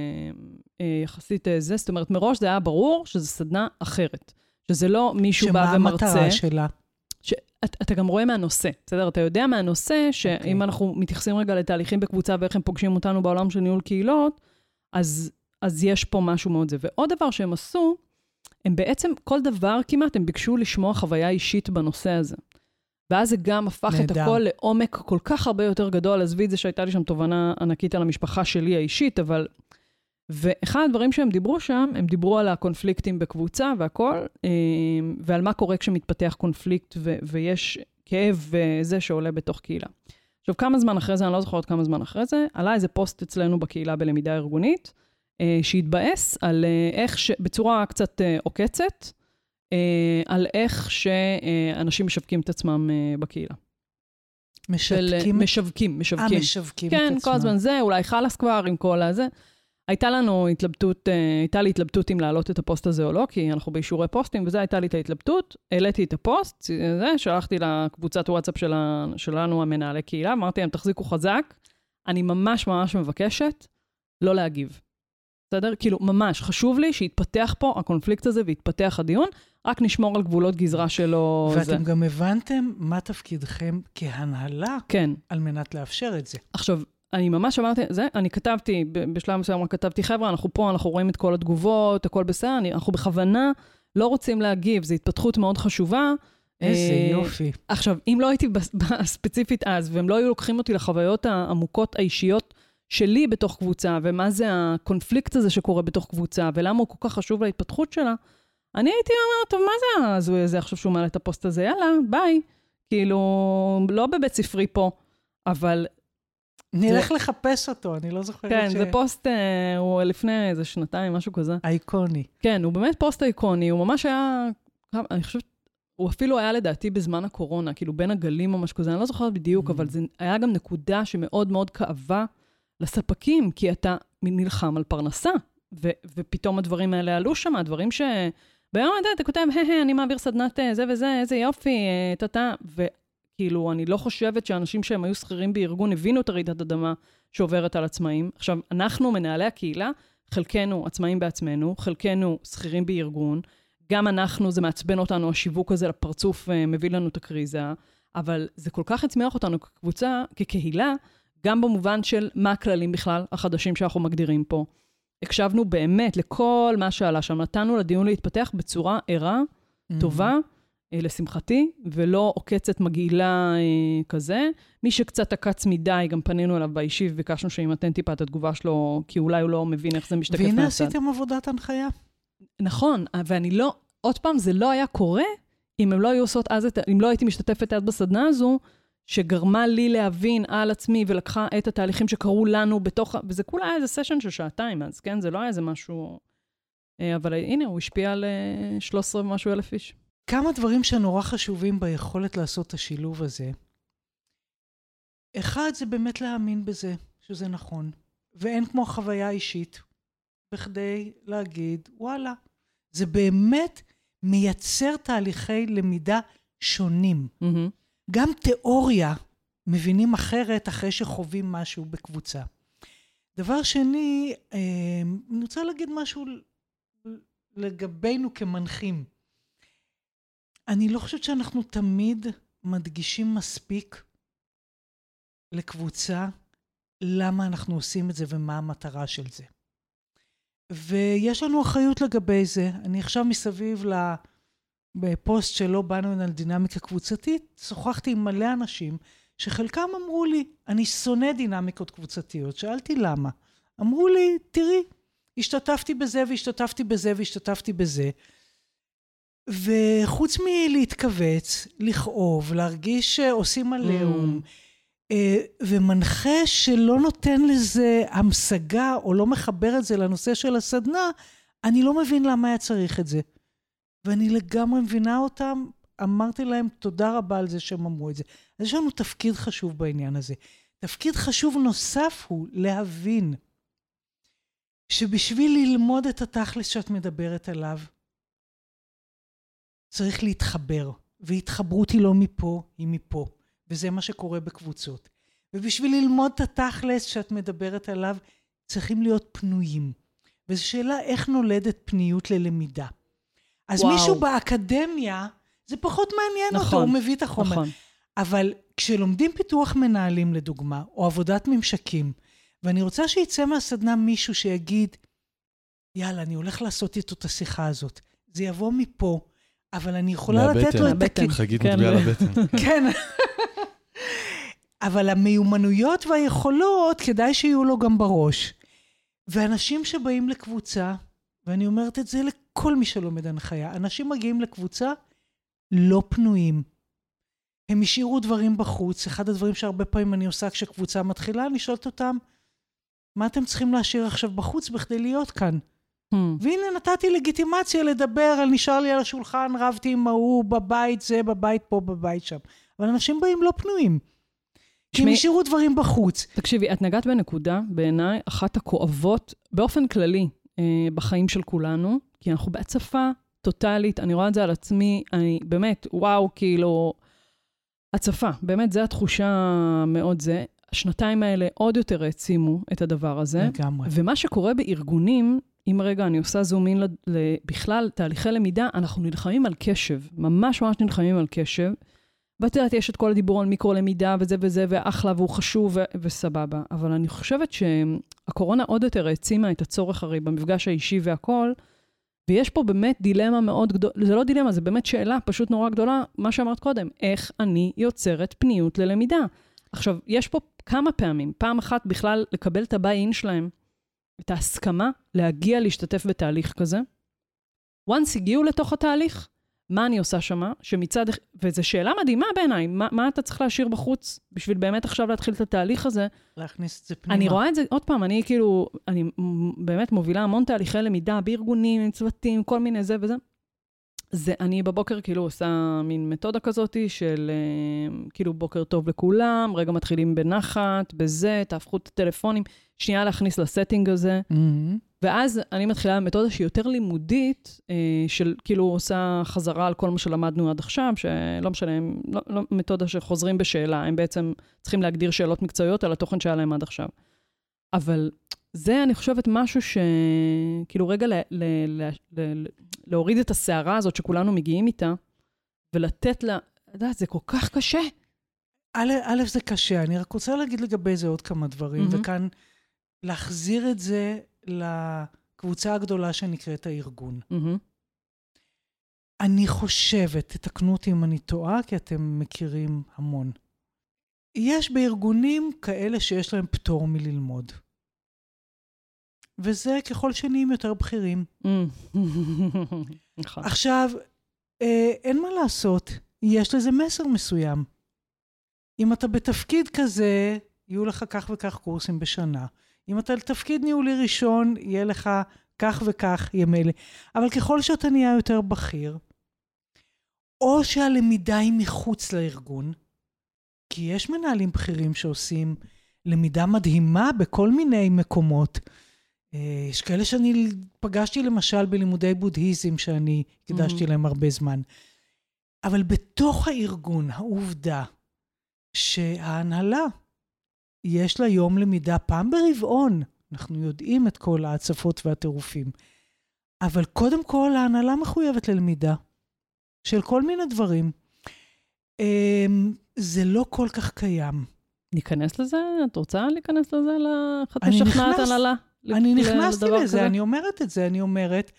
יחסית זה, זאת אומרת, מראש זה היה ברור שזה סדנה אחרת, שזה לא מישהו בא ומרצה. שמה המטרה שלה? אתה גם רואה מהנושא, בסדר? אתה יודע מהנושא, שאם אנחנו מתייחסים רגע לתהליכים בקבוצה, ואיך הם פוגשים אותנו בעולם של ניהול קהילות, אז, אז יש פה משהו מאוד זה. ועוד דבר שהם עשו, הם בעצם, כל דבר כמעט, הם ביקשו לשמוע חוויה אישית בנושא הזה. ואז זה גם הפך נהדר. את הכל לעומק כל כך הרבה יותר גדול, עזבי את זה שהייתה לי שם תובנה ענקית על המשפחה שלי האישית, אבל... ואחד הדברים שהם דיברו שם, הם דיברו על הקונפליקטים בקבוצה והכל, ועל מה קורה כשמתפתח קונפליקט ו- ויש כאב וזה שעולה בתוך קהילה. עכשיו, כמה זמן אחרי זה, אני לא זוכרת כמה זמן אחרי זה, עלה איזה פוסט אצלנו בקהילה בלמידה ארגונית, שהתבאס על איך, ש... בצורה קצת עוקצת, על איך שאנשים משווקים את עצמם בקהילה. משווקים? משווקים, משווקים. אה, משווקים כן, את עצמם. כן, כל הזמן זה, אולי חלס כבר עם כל הזה. הייתה לנו התלבטות, הייתה לי התלבטות אם להעלות את הפוסט הזה או לא, כי אנחנו באישורי פוסטים, וזה הייתה לי את ההתלבטות, העליתי את הפוסט, זה, שלחתי לקבוצת וואטסאפ של, שלנו, המנהלי קהילה, אמרתי להם, תחזיקו חזק, אני ממש ממש מבקשת לא להגיב. בסדר? כאילו, ממש, חשוב לי שיתפתח פה הקונפליקט הזה ויתפתח הדיון, רק נשמור על גבולות גזרה שלו. ואתם זה. גם הבנתם מה תפקידכם כהנהלה, כן. על מנת לאפשר את זה. עכשיו, אני ממש אמרתי, זה, אני כתבתי, בשלב מסוים כתבתי, חבר'ה, אנחנו פה, אנחנו רואים את כל התגובות, הכל בסדר, אנחנו בכוונה לא רוצים להגיב, זו התפתחות מאוד חשובה, איזה יופי. עכשיו, אם לא הייתי ספציפית אז, והם לא היו לוקחים אותי לחוויות העמוקות האישיות שלי בתוך קבוצה, ומה זה הקונפליקט הזה שקורה בתוך קבוצה, ולמה הוא כל כך חשוב להתפתחות שלה, אני הייתי אומרת, טוב, מה זה הזוי הזה עכשיו שהוא מעלה את הפוסט הזה? יאללה, ביי. כאילו, לא בבית ספרי פה, אבל... נלך זה... לחפש אותו, אני לא זוכרת כן, ש... כן, זה פוסט, אה, הוא לפני איזה שנתיים, משהו כזה. אייקוני. כן, הוא באמת פוסט אייקוני, הוא ממש היה, אני חושבת, הוא אפילו היה לדעתי בזמן הקורונה, כאילו בין הגלים או משהו כזה, אני לא זוכרת בדיוק, mm-hmm. אבל זה היה גם נקודה שמאוד מאוד כאבה לספקים, כי אתה נלחם על פרנסה, ו- ופתאום הדברים האלה עלו שם, הדברים ש... ביום הזה אתה כותב, היי, אני מעביר סדנת זה וזה, איזה יופי, תתה, וכאילו, אני לא חושבת שאנשים שהם היו שכירים בארגון, הבינו את הרעידת אדמה שעוברת על עצמאים. עכשיו, אנחנו, מנהלי הקהילה, חלקנו עצמאים בעצמנו, חלקנו שכירים בארגון, גם אנחנו, זה מעצבן אותנו, השיווק הזה לפרצוף מביא לנו את הקריזה, אבל זה כל כך הצמיח אותנו כקבוצה, כקהילה, גם במובן של מה הכללים בכלל, החדשים שאנחנו מגדירים פה. הקשבנו באמת לכל מה שעלה שם, נתנו לדיון להתפתח בצורה ערה, טובה, לשמחתי, ולא עוקצת מגעילה כזה. מי שקצת עקץ מדי, גם פנינו אליו באישי, וביקשנו שימתן טיפה את התגובה שלו, כי אולי הוא לא מבין איך זה משתקף מהצד. והנה עשיתם עבודת הנחיה. נכון, ואני לא, עוד פעם, זה לא היה קורה, אם הם לא היו עושות אז, אם לא הייתי משתתפת אז בסדנה הזו, שגרמה לי להבין על עצמי, ולקחה את התהליכים שקרו לנו בתוך, וזה כולה היה איזה סשן של שעתיים, אז כן, זה לא היה איזה משהו, אבל הנה, הוא השפיע על שלוש עשרה ומשהו אלף איש. כמה דברים שנורא חשובים ביכולת לעשות את השילוב הזה. אחד, זה באמת להאמין בזה, שזה נכון, ואין כמו חוויה אישית, בכדי להגיד, וואלה, זה באמת מייצר תהליכי למידה שונים. Mm-hmm. גם תיאוריה מבינים אחרת אחרי שחווים משהו בקבוצה. דבר שני, אני רוצה להגיד משהו לגבינו כמנחים. אני לא חושבת שאנחנו תמיד מדגישים מספיק לקבוצה למה אנחנו עושים את זה ומה המטרה של זה. ויש לנו אחריות לגבי זה. אני עכשיו מסביב ל... בפוסט שלא באנו על דינמיקה קבוצתית, שוחחתי עם מלא אנשים שחלקם אמרו לי, אני שונא דינמיקות קבוצתיות. שאלתי למה. אמרו לי, תראי, השתתפתי בזה והשתתפתי בזה והשתתפתי בזה. וחוץ מלהתכווץ, לכאוב, להרגיש שעושים עליהום, mm. ומנחה שלא נותן לזה המשגה או לא מחבר את זה לנושא של הסדנה, אני לא מבין למה היה צריך את זה. ואני לגמרי מבינה אותם, אמרתי להם תודה רבה על זה שהם אמרו את זה. אז יש לנו תפקיד חשוב בעניין הזה. תפקיד חשוב נוסף הוא להבין שבשביל ללמוד את התכלס שאת מדברת עליו, צריך להתחבר, והתחברות היא לא מפה, היא מפה. וזה מה שקורה בקבוצות. ובשביל ללמוד את התכלס שאת מדברת עליו, צריכים להיות פנויים. וזו שאלה איך נולדת פניות ללמידה. אז וואו. מישהו באקדמיה, זה פחות מעניין נכון, אותו, הוא מביא את החומר. נכון. אבל כשלומדים פיתוח מנהלים לדוגמה, או עבודת ממשקים, ואני רוצה שיצא מהסדנה מישהו שיגיד, יאללה, אני הולך לעשות איתו את השיחה הזאת. זה יבוא מפה, אבל אני יכולה לתת לו את הכלים. חגית מטביעה לבטן. כן. אבל המיומנויות והיכולות, כדאי שיהיו לו גם בראש. ואנשים שבאים לקבוצה, ואני אומרת את זה לכל מי שלומד הנחיה, אנשים מגיעים לקבוצה לא פנויים. הם השאירו דברים בחוץ. אחד הדברים שהרבה פעמים אני עושה כשקבוצה מתחילה, אני שואלת אותם, מה אתם צריכים להשאיר עכשיו בחוץ בכדי להיות כאן? Hmm. והנה נתתי לגיטימציה לדבר על נשאר לי על השולחן, רבתי עם ההוא, בבית זה, בבית פה, בבית שם. אבל אנשים באים לא פנויים. כי הם השאירו דברים בחוץ. תקשיבי, את נגעת בנקודה, בעיניי, אחת הכואבות, באופן כללי, אה, בחיים של כולנו, כי אנחנו בהצפה טוטלית, אני רואה את זה על עצמי, אני באמת, וואו, כאילו, הצפה, באמת, זו התחושה מאוד זה. השנתיים האלה עוד יותר העצימו את הדבר הזה. לגמרי. ומה שקורה בארגונים, אם רגע אני עושה זומין בכלל תהליכי למידה, אנחנו נלחמים על קשב, ממש ממש נלחמים על קשב, ואת יודעת, יש את כל הדיבור על מיקרו-למידה וזה וזה, ואחלה, והוא חשוב ו- וסבבה. אבל אני חושבת שהקורונה עוד יותר העצימה את הצורך הרי במפגש האישי והכל, ויש פה באמת דילמה מאוד גדולה, זה לא דילמה, זה באמת שאלה פשוט נורא גדולה, מה שאמרת קודם, איך אני יוצרת פניות ללמידה. עכשיו, יש פה כמה פעמים, פעם אחת בכלל לקבל את הבאי-אין שלהם, את ההסכמה להגיע להשתתף בתהליך כזה. once הגיעו לתוך התהליך, מה אני עושה שמה? שמצד, וזו שאלה מדהימה בעיניי, מה, מה אתה צריך להשאיר בחוץ, בשביל באמת עכשיו להתחיל את התהליך הזה? להכניס את זה פנימה. אני רואה את זה, עוד פעם, אני כאילו, אני באמת מובילה המון תהליכי למידה, בארגונים, עם צוותים, כל מיני זה וזה. זה, אני בבוקר כאילו עושה מין מתודה כזאת של כאילו בוקר טוב לכולם, רגע מתחילים בנחת, בזה, תהפכו את הטלפונים, שנייה להכניס לסטינג הזה. Mm-hmm. ואז אני מתחילה מתודה שהיא יותר לימודית, של כאילו עושה חזרה על כל מה שלמדנו עד עכשיו, שלא משנה, הם לא, לא מתודה שחוזרים בשאלה, הם בעצם צריכים להגדיר שאלות מקצועיות על התוכן שהיה להם עד עכשיו. אבל זה, אני חושבת, משהו שכאילו רגע ל, ל, ל, ל, להוריד את השערה הזאת שכולנו מגיעים איתה, ולתת לה, יודעת, זה כל כך קשה. א', א', זה קשה, אני רק רוצה להגיד לגבי זה עוד כמה דברים, mm-hmm. וכאן להחזיר את זה לקבוצה הגדולה שנקראת הארגון. Mm-hmm. אני חושבת, תתקנו אותי אם אני טועה, כי אתם מכירים המון. יש בארגונים כאלה שיש להם פטור מללמוד. וזה ככל שנהיים יותר בכירים. נכון. עכשיו, אה, אין מה לעשות, יש לזה מסר מסוים. אם אתה בתפקיד כזה, יהיו לך כך וכך קורסים בשנה. אם אתה לתפקיד ניהולי ראשון, יהיה לך כך וכך ימי לי. אבל ככל שאתה נהיה יותר בכיר, או שהלמידה היא מחוץ לארגון, כי יש מנהלים בכירים שעושים למידה מדהימה בכל מיני מקומות. יש כאלה שאני פגשתי למשל בלימודי בודהיזם שאני הקדשתי להם הרבה זמן. אבל בתוך הארגון, העובדה שההנהלה יש לה יום למידה פעם ברבעון, אנחנו יודעים את כל ההצפות והטירופים, אבל קודם כל ההנהלה מחויבת ללמידה של כל מיני דברים. זה לא כל כך קיים. ניכנס לזה? את רוצה להיכנס לזה? איך משכנעת הנהלה? אני נכנסתי לזה, אני אומרת את זה, אני אומרת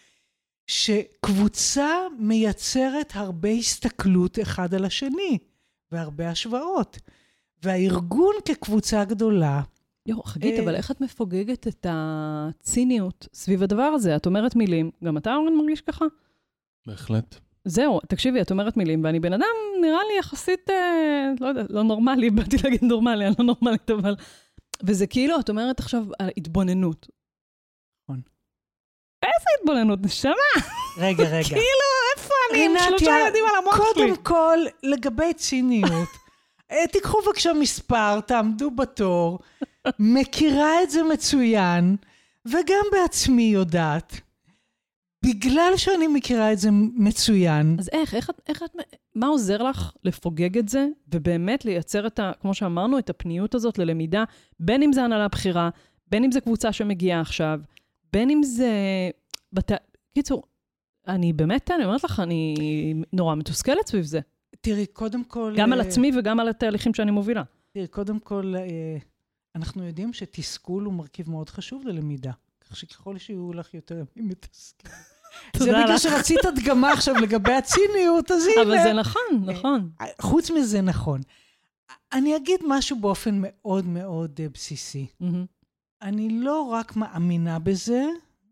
שקבוצה מייצרת הרבה הסתכלות אחד על השני, והרבה השוואות. והארגון כקבוצה גדולה... יו, חגית, אבל איך את מפוגגת את הציניות סביב הדבר הזה? את אומרת מילים, גם אתה אורן מרגיש ככה? בהחלט. זהו, תקשיבי, את אומרת מילים, ואני בן אדם נראה לי יחסית, לא יודע, לא נורמלי, באתי להגיד נורמלי, אני לא נורמלית, אבל... וזה כאילו, את אומרת עכשיו על התבוננות. נכון. איזה התבוננות, נשמה? רגע, רגע. כאילו, איפה אני עם שלושה ילדים על המוח שלי? קודם כל, לגבי ציניות, תיקחו בבקשה מספר, תעמדו בתור, מכירה את זה מצוין, וגם בעצמי יודעת, בגלל שאני מכירה את זה מצוין. אז איך, איך, איך את, מה עוזר לך לפוגג את זה, ובאמת לייצר את ה, כמו שאמרנו, את הפניות הזאת ללמידה, בין אם זה הנהלה בחירה, בין אם זה קבוצה שמגיעה עכשיו, בין אם זה, בת... קיצור, אני באמת, אני אומרת לך, אני נורא מתוסכלת סביב זה. תראי, קודם כל... גם על עצמי וגם על התהליכים שאני מובילה. תראי, קודם כל, אנחנו יודעים שתסכול הוא מרכיב מאוד חשוב ללמידה. כך שככל שיהיו לך יותר ימים מתסכלים. זה בגלל שרצית הדגמה עכשיו לגבי הציניות, אז הנה. אבל זה נכון, נכון. חוץ מזה נכון. אני אגיד משהו באופן מאוד מאוד בסיסי. אני לא רק מאמינה בזה,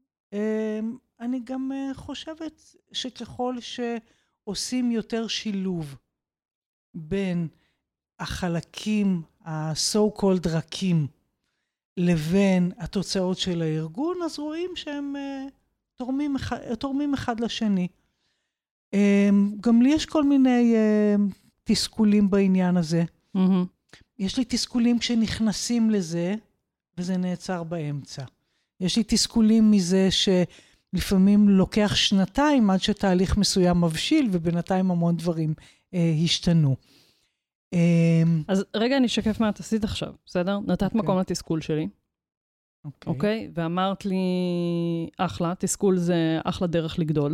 אני גם חושבת שככל שעושים יותר שילוב בין החלקים, ה-so called רכים, לבין התוצאות של הארגון, אז רואים שהם uh, תורמים, אחד, תורמים אחד לשני. Um, גם לי יש כל מיני uh, תסכולים בעניין הזה. Mm-hmm. יש לי תסכולים כשנכנסים לזה, וזה נעצר באמצע. יש לי תסכולים מזה שלפעמים לוקח שנתיים עד שתהליך מסוים מבשיל, ובינתיים המון דברים uh, השתנו. אז רגע, אני אשקף מה את עשית עכשיו, בסדר? נתת מקום לתסכול שלי. אוקיי? ואמרת לי, אחלה, תסכול זה אחלה דרך לגדול.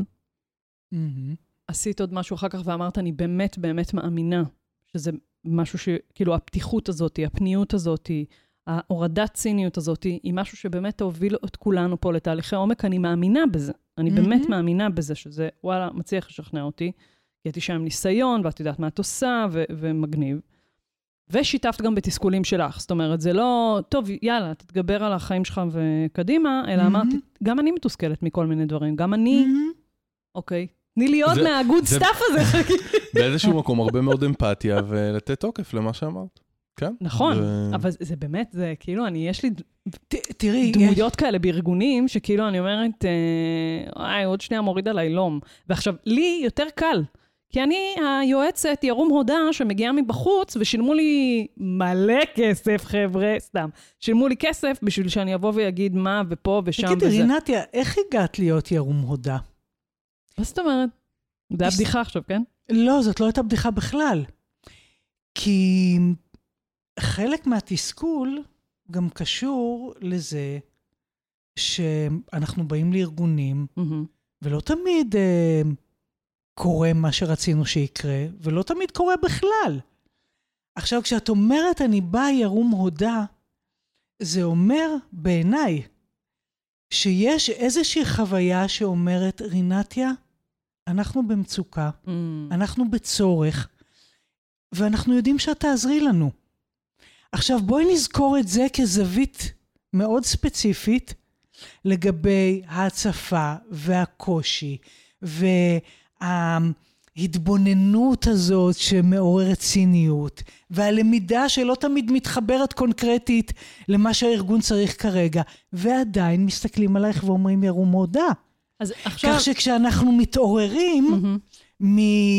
עשית עוד משהו אחר כך ואמרת, אני באמת באמת מאמינה שזה משהו שכאילו הפתיחות הזאת, הפניות הזאת, ההורדת ציניות הזאת היא משהו שבאמת תוביל את כולנו פה לתהליכי עומק, אני מאמינה בזה. אני באמת מאמינה בזה, שזה, וואלה, מצליח לשכנע אותי, כי הייתי שם ניסיון, ואת יודעת מה את עושה, ו- ומגניב. ושיתפת גם בתסכולים שלך. זאת אומרת, זה לא, טוב, יאללה, תתגבר על החיים שלך וקדימה, אלא אמרתי, גם אני מתוסכלת מכל מיני דברים. גם אני, אוקיי, תני לי עוד מהגוד סטאפ הזה. באיזשהו מקום, הרבה מאוד אמפתיה, ולתת תוקף למה שאמרת. כן? נכון, אבל זה באמת, זה כאילו, אני, יש לי תראי, דמויות כאלה בארגונים, שכאילו אני אומרת, וואי, עוד שנייה מוריד עליי לום. ועכשיו, לי יותר קל, כי אני היועצת ירום הודה שמגיעה מבחוץ, ושילמו לי מלא כסף, חבר'ה, סתם. שילמו לי כסף בשביל שאני אבוא ויגיד מה ופה ושם וזה. תגידי, רינתיה, איך הגעת להיות ירום הודה? מה זאת אומרת? זה היה בדיחה עכשיו, כן? לא, זאת לא הייתה בדיחה בכלל. כי חלק מהתסכול גם קשור לזה שאנחנו באים לארגונים, ולא תמיד קורה מה שרצינו שיקרה, ולא תמיד קורה בכלל. עכשיו, כשאת אומרת אני באה ירום הודה, זה אומר בעיניי, שיש איזושהי חוויה שאומרת, רינתיה, אנחנו במצוקה, mm. אנחנו בצורך, ואנחנו יודעים שאת תעזרי לנו. עכשיו, בואי נזכור את זה כזווית מאוד ספציפית, לגבי ההצפה והקושי, וההתבוננות הזאת שמעוררת ציניות, והלמידה שלא תמיד מתחברת קונקרטית למה שהארגון צריך כרגע, ועדיין מסתכלים עלייך ואומרים ירום הודה. אז עכשיו... כך שכשאנחנו מתעוררים mm-hmm. מ...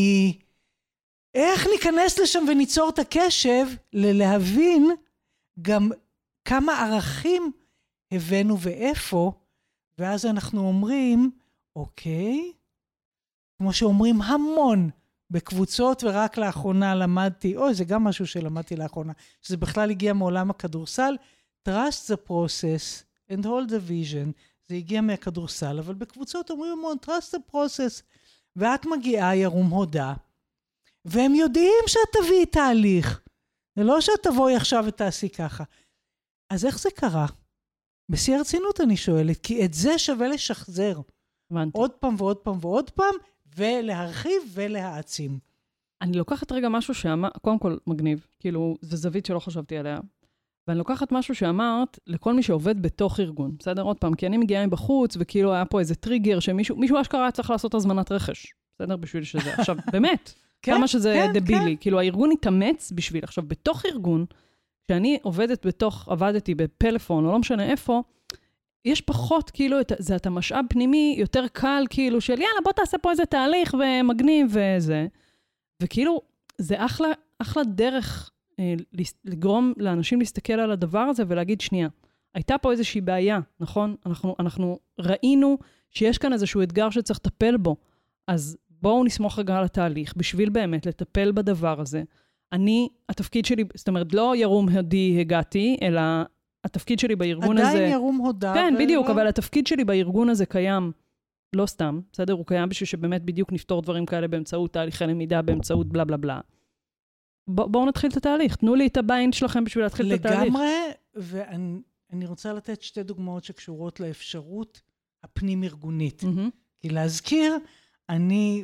איך ניכנס לשם וניצור את הקשב, ללהבין גם כמה ערכים הבאנו ואיפה, ואז אנחנו אומרים, אוקיי, כמו שאומרים המון בקבוצות, ורק לאחרונה למדתי, אוי, זה גם משהו שלמדתי לאחרונה, שזה בכלל הגיע מעולם הכדורסל, trust the process and hold the vision, זה הגיע מהכדורסל, אבל בקבוצות אומרים המון, trust the process, ואת מגיעה ירום הודה, והם יודעים שאת תביאי תהליך, זה לא שאת תבואי עכשיו ותעשי ככה. אז איך זה קרה? בשיא הרצינות אני שואלת, כי את זה שווה לשחזר. הבנתי. עוד פעם ועוד פעם ועוד פעם, ולהרחיב ולהעצים. אני לוקחת רגע משהו שאמר, קודם כל מגניב, כאילו, זה זווית שלא חשבתי עליה, ואני לוקחת משהו שאמרת לכל מי שעובד בתוך ארגון, בסדר? עוד פעם, כי אני מגיעה מבחוץ, וכאילו היה פה איזה טריגר, שמישהו, מישהו אשכרה צריך לעשות הזמנת רכש, בסדר? בשביל שזה. עכשיו, באמת, כמה שזה דבילי, כאילו, הארגון יתאמץ בשביל, עכשיו, בתוך ארגון, כשאני עובדת בתוך, עבדתי בפלאפון, או לא משנה איפה, יש פחות, כאילו, זה את המשאב פנימי יותר קל, כאילו, של יאללה, בוא תעשה פה איזה תהליך ומגניב וזה. וכאילו, זה אחלה, אחלה דרך אה, לגרום לאנשים להסתכל על הדבר הזה ולהגיד, שנייה, הייתה פה איזושהי בעיה, נכון? אנחנו, אנחנו ראינו שיש כאן איזשהו אתגר שצריך לטפל בו. אז בואו נסמוך רגע על התהליך, בשביל באמת לטפל בדבר הזה. אני, התפקיד שלי, זאת אומרת, לא ירום הודי הגעתי, אלא התפקיד שלי בארגון עדיין הזה... עדיין ירום הודה. כן, ולא... בדיוק, אבל התפקיד שלי בארגון הזה קיים, לא סתם, בסדר? הוא קיים בשביל שבאמת בדיוק נפתור דברים כאלה באמצעות תהליכי למידה, באמצעות בלה בלה בלה. ב- בואו נתחיל את התהליך, תנו לי את הביינד שלכם בשביל להתחיל את התהליך. לגמרי, ואני רוצה לתת שתי דוגמאות שקשורות לאפשרות הפנים-ארגונית. Mm-hmm. כי להזכיר, אני...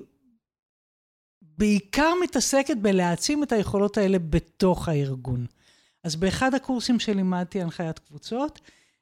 בעיקר מתעסקת בלהעצים את היכולות האלה בתוך הארגון. אז באחד הקורסים שלימדתי הנחיית קבוצות,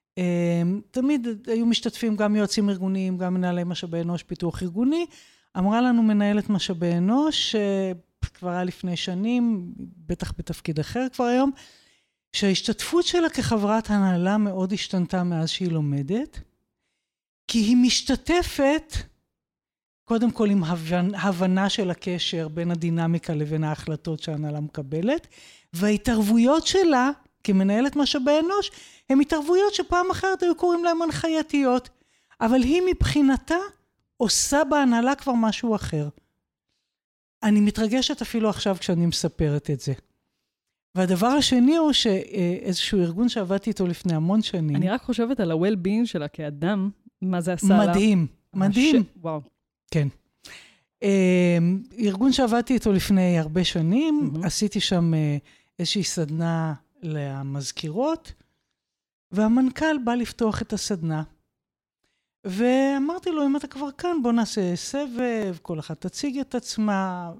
תמיד היו משתתפים גם יועצים ארגוניים, גם מנהלי משאבי אנוש, פיתוח ארגוני. אמרה לנו מנהלת משאבי אנוש, כבר היה לפני שנים, בטח בתפקיד אחר כבר היום, שההשתתפות שלה כחברת הנהלה מאוד השתנתה מאז שהיא לומדת, כי היא משתתפת... קודם כל עם הבנה של הקשר בין הדינמיקה לבין ההחלטות שההנהלה מקבלת, וההתערבויות שלה כמנהלת משאבי אנוש, הן התערבויות שפעם אחרת היו קוראים להן הנחייתיות, אבל היא מבחינתה עושה בהנהלה כבר משהו אחר. אני מתרגשת אפילו עכשיו כשאני מספרת את זה. והדבר השני הוא שאיזשהו ארגון שעבדתי איתו לפני המון שנים. אני רק חושבת על ה-well-being שלה כאדם, מה זה עשה לה. מדהים, מדהים. וואו. כן. ארגון שעבדתי איתו לפני הרבה שנים, עשיתי שם איזושהי סדנה למזכירות, והמנכ"ל בא לפתוח את הסדנה. ואמרתי לו, אם אתה כבר כאן, בוא נעשה סבב, כל אחד תציג את עצמה,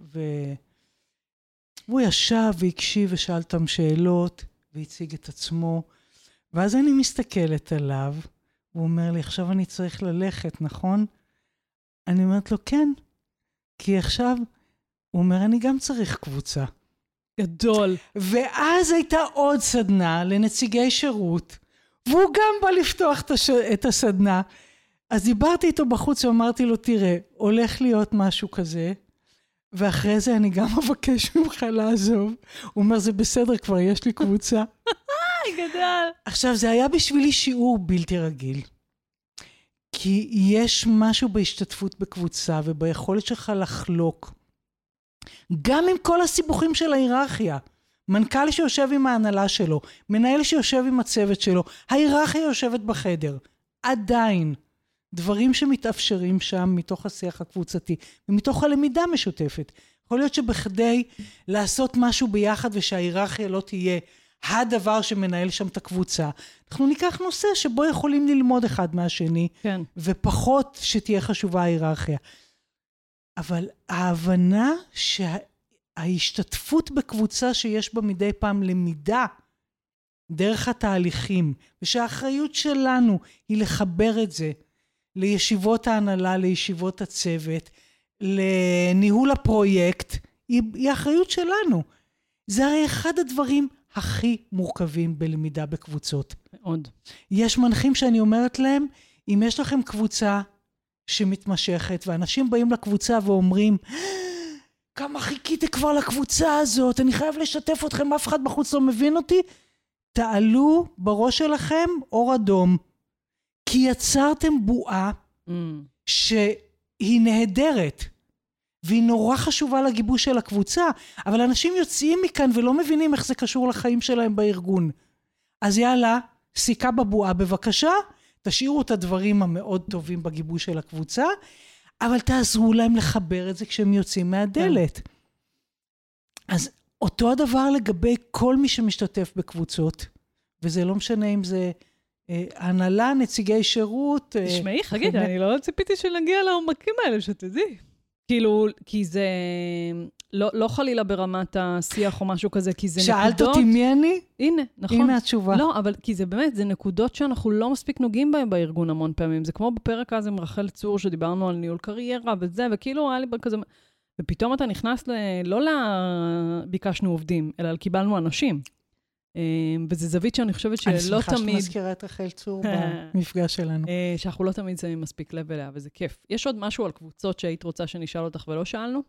והוא ישב והקשיב ושאל אותם שאלות, והציג את עצמו, ואז אני מסתכלת עליו, הוא אומר לי, עכשיו אני צריך ללכת, נכון? אני אומרת לו, כן, כי עכשיו, הוא אומר, אני גם צריך קבוצה. גדול. ואז הייתה עוד סדנה לנציגי שירות, והוא גם בא לפתוח את, הש... את הסדנה. אז דיברתי איתו בחוץ ואמרתי לו, תראה, הולך להיות משהו כזה, ואחרי זה אני גם אבקש ממך לעזוב. הוא אומר, זה בסדר, כבר יש לי קבוצה. גדל. עכשיו, זה היה בשבילי שיעור בלתי רגיל. כי יש משהו בהשתתפות בקבוצה וביכולת שלך לחלוק. גם עם כל הסיבוכים של ההיררכיה. מנכ"ל שיושב עם ההנהלה שלו, מנהל שיושב עם הצוות שלו, ההיררכיה יושבת בחדר. עדיין, דברים שמתאפשרים שם מתוך השיח הקבוצתי, ומתוך הלמידה משותפת. יכול להיות שבכדי לעשות משהו ביחד ושההיררכיה לא תהיה הדבר שמנהל שם את הקבוצה, אנחנו ניקח נושא שבו יכולים ללמוד אחד מהשני, כן. ופחות שתהיה חשובה ההיררכיה. אבל ההבנה שההשתתפות בקבוצה שיש בה מדי פעם למידה, דרך התהליכים, ושהאחריות שלנו היא לחבר את זה לישיבות ההנהלה, לישיבות הצוות, לניהול הפרויקט, היא, היא האחריות שלנו. זה הרי אחד הדברים הכי מורכבים בלמידה בקבוצות. מאוד. יש מנחים שאני אומרת להם, אם יש לכם קבוצה שמתמשכת, ואנשים באים לקבוצה ואומרים, כמה חיכיתי כבר לקבוצה הזאת, אני חייב לשתף אתכם, אף אחד בחוץ לא מבין אותי, תעלו בראש שלכם אור אדום, כי יצרתם בועה mm. שהיא נהדרת, והיא נורא חשובה לגיבוש של הקבוצה, אבל אנשים יוצאים מכאן ולא מבינים איך זה קשור לחיים שלהם בארגון. אז יאללה, סיכה בבועה בבקשה, תשאירו את הדברים המאוד טובים בגיבוש של הקבוצה, אבל תעזרו להם לחבר את זה כשהם יוצאים מהדלת. אז אותו הדבר לגבי כל מי שמשתתף בקבוצות, וזה לא משנה אם זה הנהלה, נציגי שירות. תשמעי, חגית, אני לא ציפיתי שנגיע לעומקים האלה, שתדעי. כאילו, כי זה לא, לא חלילה ברמת השיח או משהו כזה, כי זה שאלת נקודות... שאלת אותי מי אני? הנה, נכון. הנה התשובה. לא, אבל כי זה באמת, זה נקודות שאנחנו לא מספיק נוגעים בהן בארגון המון פעמים. זה כמו בפרק הזה עם רחל צור, שדיברנו על ניהול קריירה וזה, וכאילו היה לי כזה... ופתאום אתה נכנס ל... לא לביקשנו עובדים, אלא קיבלנו אנשים. וזה זווית שאני חושבת שלא תמיד... אני שמחה שאתה מזכירה את רחל צור במפגש שלנו. שאנחנו לא תמיד שמים מספיק לב אליה, וזה כיף. יש עוד משהו על קבוצות שהיית רוצה שנשאל אותך ולא שאלנו?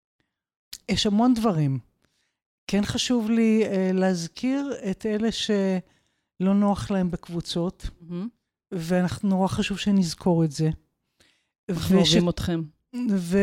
יש המון דברים. כן חשוב לי להזכיר את אלה שלא נוח להם בקבוצות, ואנחנו נורא חשוב שנזכור את זה. אנחנו אוהבים אתכם. ו...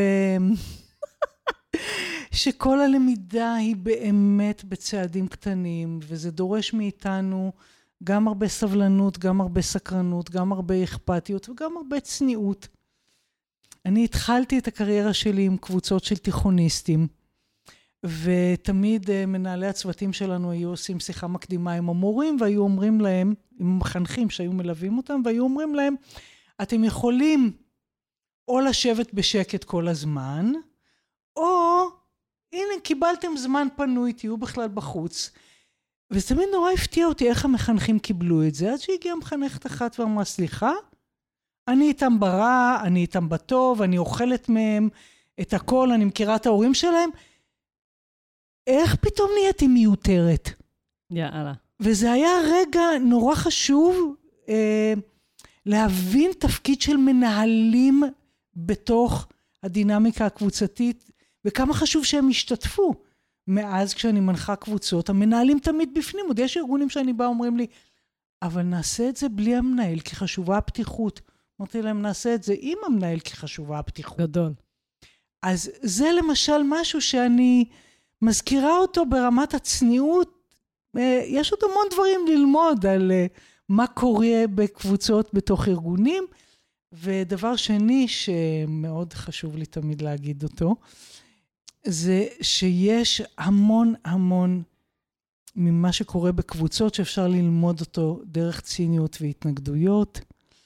שכל הלמידה היא באמת בצעדים קטנים, וזה דורש מאיתנו גם הרבה סבלנות, גם הרבה סקרנות, גם הרבה אכפתיות וגם הרבה צניעות. אני התחלתי את הקריירה שלי עם קבוצות של תיכוניסטים, ותמיד מנהלי הצוותים שלנו היו עושים שיחה מקדימה עם המורים, והיו אומרים להם, עם מחנכים שהיו מלווים אותם, והיו אומרים להם, אתם יכולים או לשבת בשקט כל הזמן, או הנה קיבלתם זמן פנוי, תהיו בכלל בחוץ. וזה תמיד נורא הפתיע אותי איך המחנכים קיבלו את זה, עד שהגיעה מחנכת אחת ואמרה, סליחה, אני איתם ברע, אני איתם בטוב, אני אוכלת מהם את הכל, אני מכירה את ההורים שלהם. איך פתאום נהייתי מיותרת? יאללה. וזה היה רגע נורא חשוב אה, להבין תפקיד של מנהלים בתוך הדינמיקה הקבוצתית, וכמה חשוב שהם ישתתפו. מאז כשאני מנחה קבוצות, המנהלים תמיד בפנים, עוד יש ארגונים שאני בא אומרים לי, אבל נעשה את זה בלי המנהל, כי חשובה הפתיחות. אמרתי להם, נעשה את זה עם המנהל, כי חשובה הפתיחות. גדול. אז זה למשל משהו שאני מזכירה אותו ברמת הצניעות. יש עוד המון דברים ללמוד על מה קורה בקבוצות בתוך ארגונים, ודבר שני שמאוד חשוב לי תמיד להגיד אותו, זה שיש המון המון ממה שקורה בקבוצות שאפשר ללמוד אותו דרך ציניות והתנגדויות.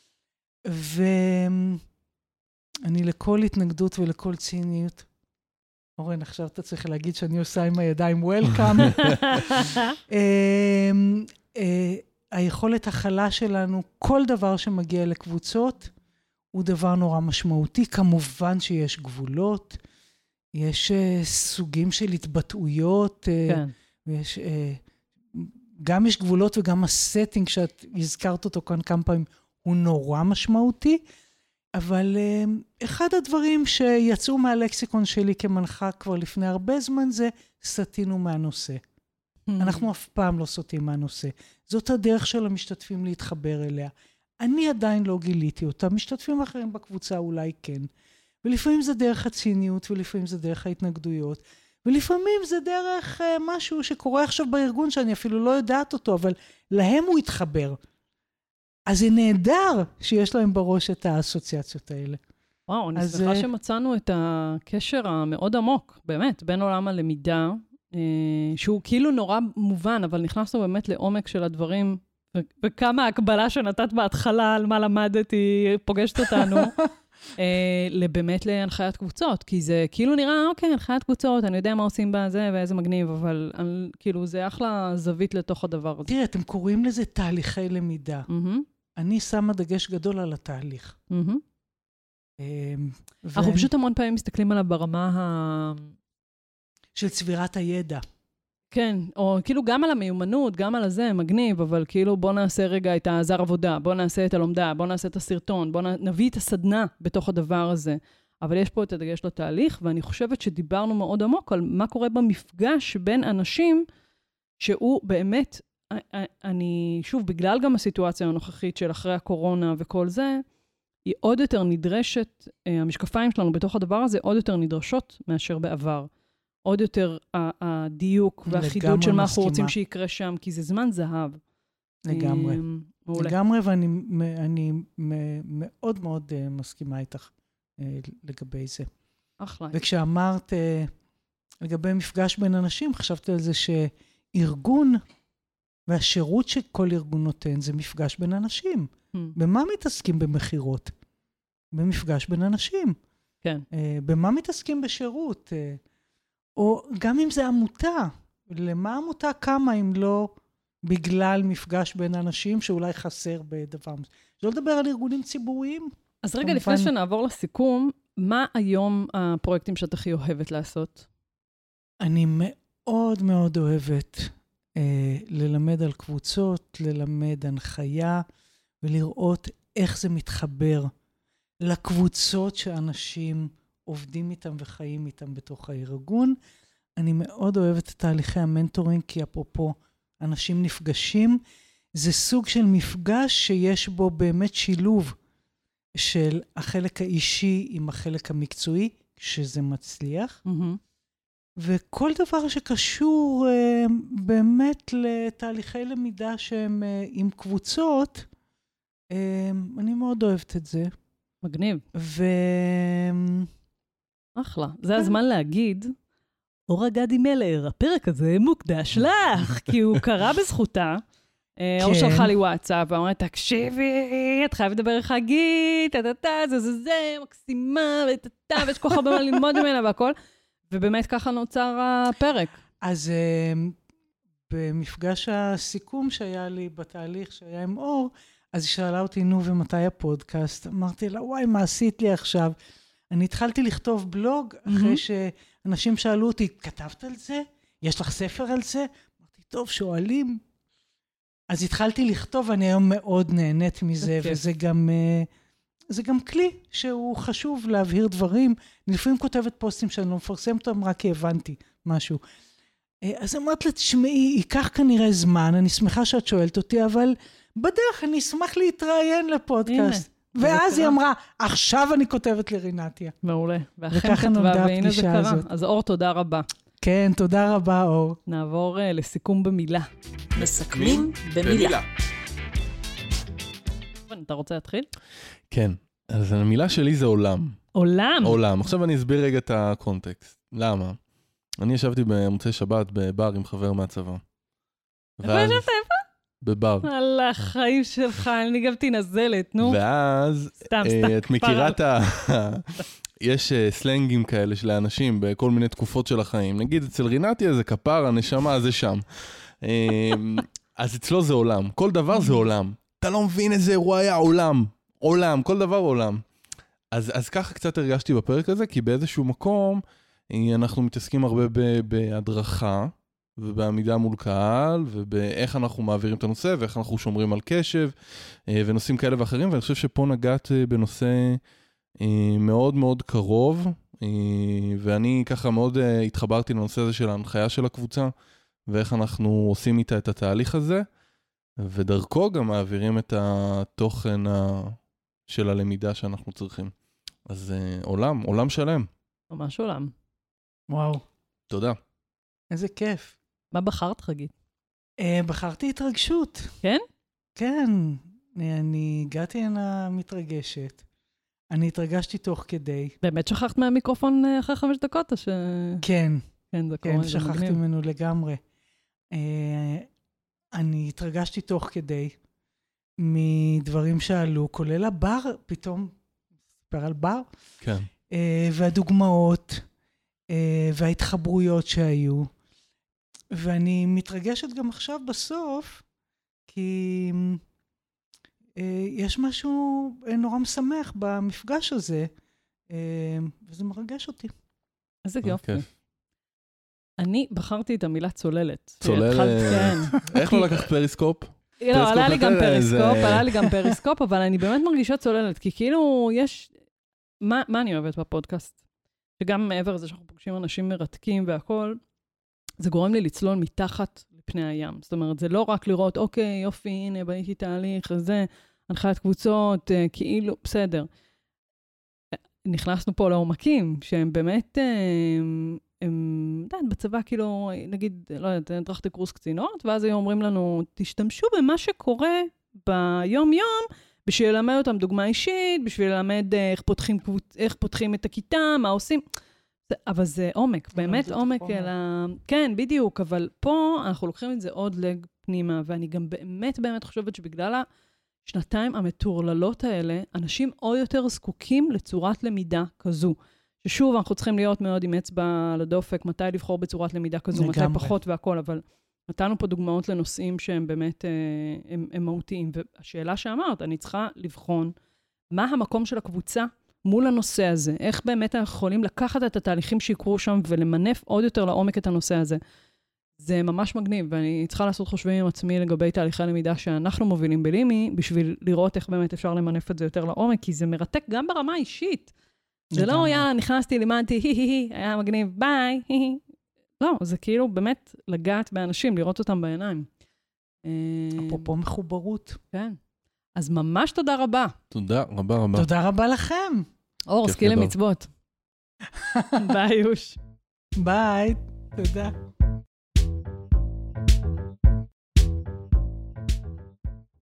ואני לכל התנגדות ולכל ציניות, אורן, עכשיו אתה צריך להגיד שאני עושה עם הידיים Welcome. היכולת הכלה שלנו, כל דבר שמגיע לקבוצות, הוא דבר נורא משמעותי. כמובן שיש גבולות, יש סוגים של התבטאויות, כן. ויש, גם יש גבולות וגם הסטינג שאת הזכרת אותו כאן כמה פעמים, הוא נורא משמעותי, אבל אחד הדברים שיצאו מהלקסיקון שלי כמנחה כבר לפני הרבה זמן זה, סטינו מהנושא. אנחנו אף פעם לא סוטים מהנושא. זאת הדרך של המשתתפים להתחבר אליה. אני עדיין לא גיליתי אותה, משתתפים אחרים בקבוצה אולי כן. ולפעמים זה דרך הציניות, ולפעמים זה דרך ההתנגדויות, ולפעמים זה דרך uh, משהו שקורה עכשיו בארגון שאני אפילו לא יודעת אותו, אבל להם הוא התחבר. אז זה נהדר שיש להם בראש את האסוציאציות האלה. וואו, אני שמחה uh... שמצאנו את הקשר המאוד עמוק, באמת, בין עולם הלמידה, uh, שהוא כאילו נורא מובן, אבל נכנסנו באמת לעומק של הדברים, ו- וכמה הקבלה שנתת בהתחלה על מה למדתי פוגשת אותנו, לבאמת להנחיית קבוצות, כי זה כאילו נראה, אוקיי, הנחיית קבוצות, אני יודע מה עושים בזה ואיזה מגניב, אבל כאילו זה אחלה זווית לתוך הדבר הזה. תראה, אתם קוראים לזה תהליכי למידה. אני שמה דגש גדול על התהליך. אנחנו פשוט המון פעמים מסתכלים עליו ברמה ה... של צבירת הידע. כן, או כאילו גם על המיומנות, גם על הזה, מגניב, אבל כאילו בוא נעשה רגע את העזר עבודה, בוא נעשה את הלומדה, בוא נעשה את הסרטון, בוא נביא את הסדנה בתוך הדבר הזה. אבל יש פה את הדגש לתהליך, ואני חושבת שדיברנו מאוד עמוק על מה קורה במפגש בין אנשים, שהוא באמת, אני, שוב, בגלל גם הסיטואציה הנוכחית של אחרי הקורונה וכל זה, היא עוד יותר נדרשת, המשקפיים שלנו בתוך הדבר הזה עוד יותר נדרשות מאשר בעבר. עוד יותר הדיוק והחידוד של מה אנחנו רוצים שיקרה שם, כי זה זמן זהב. לגמרי. לגמרי, ואני אני מאוד מאוד מסכימה איתך לגבי זה. אחלה. וכשאמרת לגבי מפגש בין אנשים, חשבתי על זה שארגון והשירות שכל ארגון נותן זה מפגש בין אנשים. במה מתעסקים במחירות? במפגש בין אנשים. כן. במה מתעסקים בשירות? או גם אם זה עמותה, למה עמותה קמה אם לא בגלל מפגש בין אנשים שאולי חסר בדבר? לא לדבר על ארגונים ציבוריים. אז רגע, לפני שנעבור לסיכום, מה היום הפרויקטים שאת הכי אוהבת לעשות? אני מאוד מאוד אוהבת אה, ללמד על קבוצות, ללמד הנחיה, ולראות איך זה מתחבר לקבוצות שאנשים עובדים איתם וחיים איתם בתוך הארגון. אני מאוד אוהבת את תהליכי המנטורינג, כי אפרופו אנשים נפגשים, זה סוג של מפגש שיש בו באמת שילוב של החלק האישי עם החלק המקצועי, שזה מצליח. Mm-hmm. וכל דבר שקשור uh, באמת לתהליכי למידה שהם uh, עם קבוצות, uh, אני מאוד אוהבת את זה. מגניב. ו... אחלה. זה הזמן להגיד, אורה גדי מלר, הפרק הזה מוקדש לך, כי הוא קרא בזכותה. אור שלחה לי וואטסאפ, ואומרת, תקשיבי, את חייבת לדבר איך חגית, טטטה, זה זה זה, מקסימה, וטטטה, ויש כל כך הרבה מה ללמוד ממנה והכל. ובאמת ככה נוצר הפרק. אז במפגש הסיכום שהיה לי בתהליך שהיה עם אור, אז היא שאלה אותי, נו, ומתי הפודקאסט? אמרתי לה, וואי, מה עשית לי עכשיו? אני התחלתי לכתוב בלוג, אחרי שאנשים שאלו אותי, כתבת על זה? יש לך ספר על זה? אמרתי, טוב, שואלים. אז התחלתי לכתוב, ואני היום מאוד נהנית מזה, וזה גם, זה גם כלי שהוא חשוב להבהיר דברים. אני לפעמים כותבת פוסטים שאני לא מפרסמת אותם, רק כי הבנתי משהו. אז אמרת לה, תשמעי, ייקח כנראה זמן, אני שמחה שאת שואלת אותי, אבל בדרך אני אשמח להתראיין לפודקאסט. ואז היא אמרה, עכשיו אני כותבת לרינתיה. מעולה. ואכן כתבה, והנה זה קרה. אז אור, תודה רבה. כן, תודה רבה, אור. נעבור לסיכום במילה. מסכמים במילה. אתה רוצה להתחיל? כן. אז המילה שלי זה עולם. עולם? עולם. עכשיו אני אסביר רגע את הקונטקסט. למה? אני ישבתי במוצאי שבת בבר עם חבר מהצבא. איפה ישבת? איפה? בבר. על החיים שלך, אני גם תנזלת, נו. ואז, סתם, סתם. את מכירה את ה... יש סלנגים כאלה של האנשים בכל מיני תקופות של החיים. נגיד, אצל רינתיה זה כפר, הנשמה זה שם. אז אצלו זה עולם. כל דבר זה עולם. אתה לא מבין איזה אירוע היה עולם. עולם, כל דבר עולם. אז, אז ככה קצת הרגשתי בפרק הזה, כי באיזשהו מקום אנחנו מתעסקים הרבה בהדרכה, ובעמידה מול קהל, ובאיך אנחנו מעבירים את הנושא, ואיך אנחנו שומרים על קשב, ונושאים כאלה ואחרים, ואני חושב שפה נגעת בנושא מאוד מאוד קרוב, ואני ככה מאוד התחברתי לנושא הזה של ההנחיה של הקבוצה, ואיך אנחנו עושים איתה את התהליך הזה, ודרכו גם מעבירים את התוכן של הלמידה שאנחנו צריכים. אז עולם, עולם שלם. ממש עולם. וואו. תודה. איזה כיף. מה בחרת, חגית? Uh, בחרתי התרגשות. כן? כן. אני, אני הגעתי הנה מתרגשת. אני התרגשתי תוך כדי. באמת שכחת מהמיקרופון אחרי חמש דקות? או ש... כן. כן, זה כן, קורה, שכחתי ממנו לגמרי. Uh, אני התרגשתי תוך כדי מדברים שעלו, כולל הבר, פתאום, ספר על בר. כן. Uh, והדוגמאות, uh, וההתחברויות שהיו. ואני מתרגשת גם עכשיו בסוף, כי אה, יש משהו נורא משמח במפגש הזה, אה, וזה מרגש אותי. איזה יופי. אני בחרתי את המילה צוללת. צוללת. כן. איך לא לקחת פריסקופ? לא, עלה לי גם פריסקופ, עלה לי גם פריסקופ, אבל אני באמת מרגישה צוללת, כי כאילו יש... מה, מה אני אוהבת בפודקאסט? שגם מעבר לזה שאנחנו פוגשים אנשים מרתקים והכל, זה גורם לי לצלול מתחת לפני הים. זאת אומרת, זה לא רק לראות, אוקיי, יופי, הנה, בניתי תהליך, זה, הנחיית קבוצות, כאילו, בסדר. נכנסנו פה לעומקים, שהם באמת, הם, הם, יודעת, בצבא, כאילו, נגיד, לא יודעת, נדרכתי קורס קצינות, ואז היו אומרים לנו, תשתמשו במה שקורה ביום-יום, בשביל ללמד אותם דוגמה אישית, בשביל ללמד איך פותחים, איך פותחים את הכיתה, מה עושים. אבל זה עומק, באמת עומק אלא... כן, בדיוק, אבל פה אנחנו לוקחים את זה עוד לג פנימה, ואני גם באמת באמת חושבת שבגלל השנתיים המטורללות האלה, אנשים עוד יותר זקוקים לצורת למידה כזו. ששוב, אנחנו צריכים להיות מאוד עם אצבע לדופק, מתי לבחור בצורת למידה כזו, מתי פחות והכל, אבל נתנו פה דוגמאות לנושאים שהם באמת הם, הם מהותיים. והשאלה שאמרת, אני צריכה לבחון מה המקום של הקבוצה, מול הנושא הזה, איך באמת אנחנו יכולים לקחת את התהליכים שיקרו שם ולמנף עוד יותר לעומק את הנושא הזה. זה ממש מגניב, ואני צריכה לעשות חושבים עם עצמי לגבי תהליכי הלמידה שאנחנו מובילים בלימי, בשביל לראות איך באמת אפשר למנף את זה יותר לעומק, כי זה מרתק גם ברמה האישית. זה לא, יאללה, נכנסתי, לימדתי, הי, הי, הי, היה מגניב, ביי, הי, הי. לא, זה כאילו באמת לגעת באנשים, לראות אותם בעיניים. אפרופו מחוברות. כן. אז ממש תודה רבה. תודה רבה רבה. תודה רבה לכם. אור, סקיל למצוות. ביי, יוש. ביי, תודה.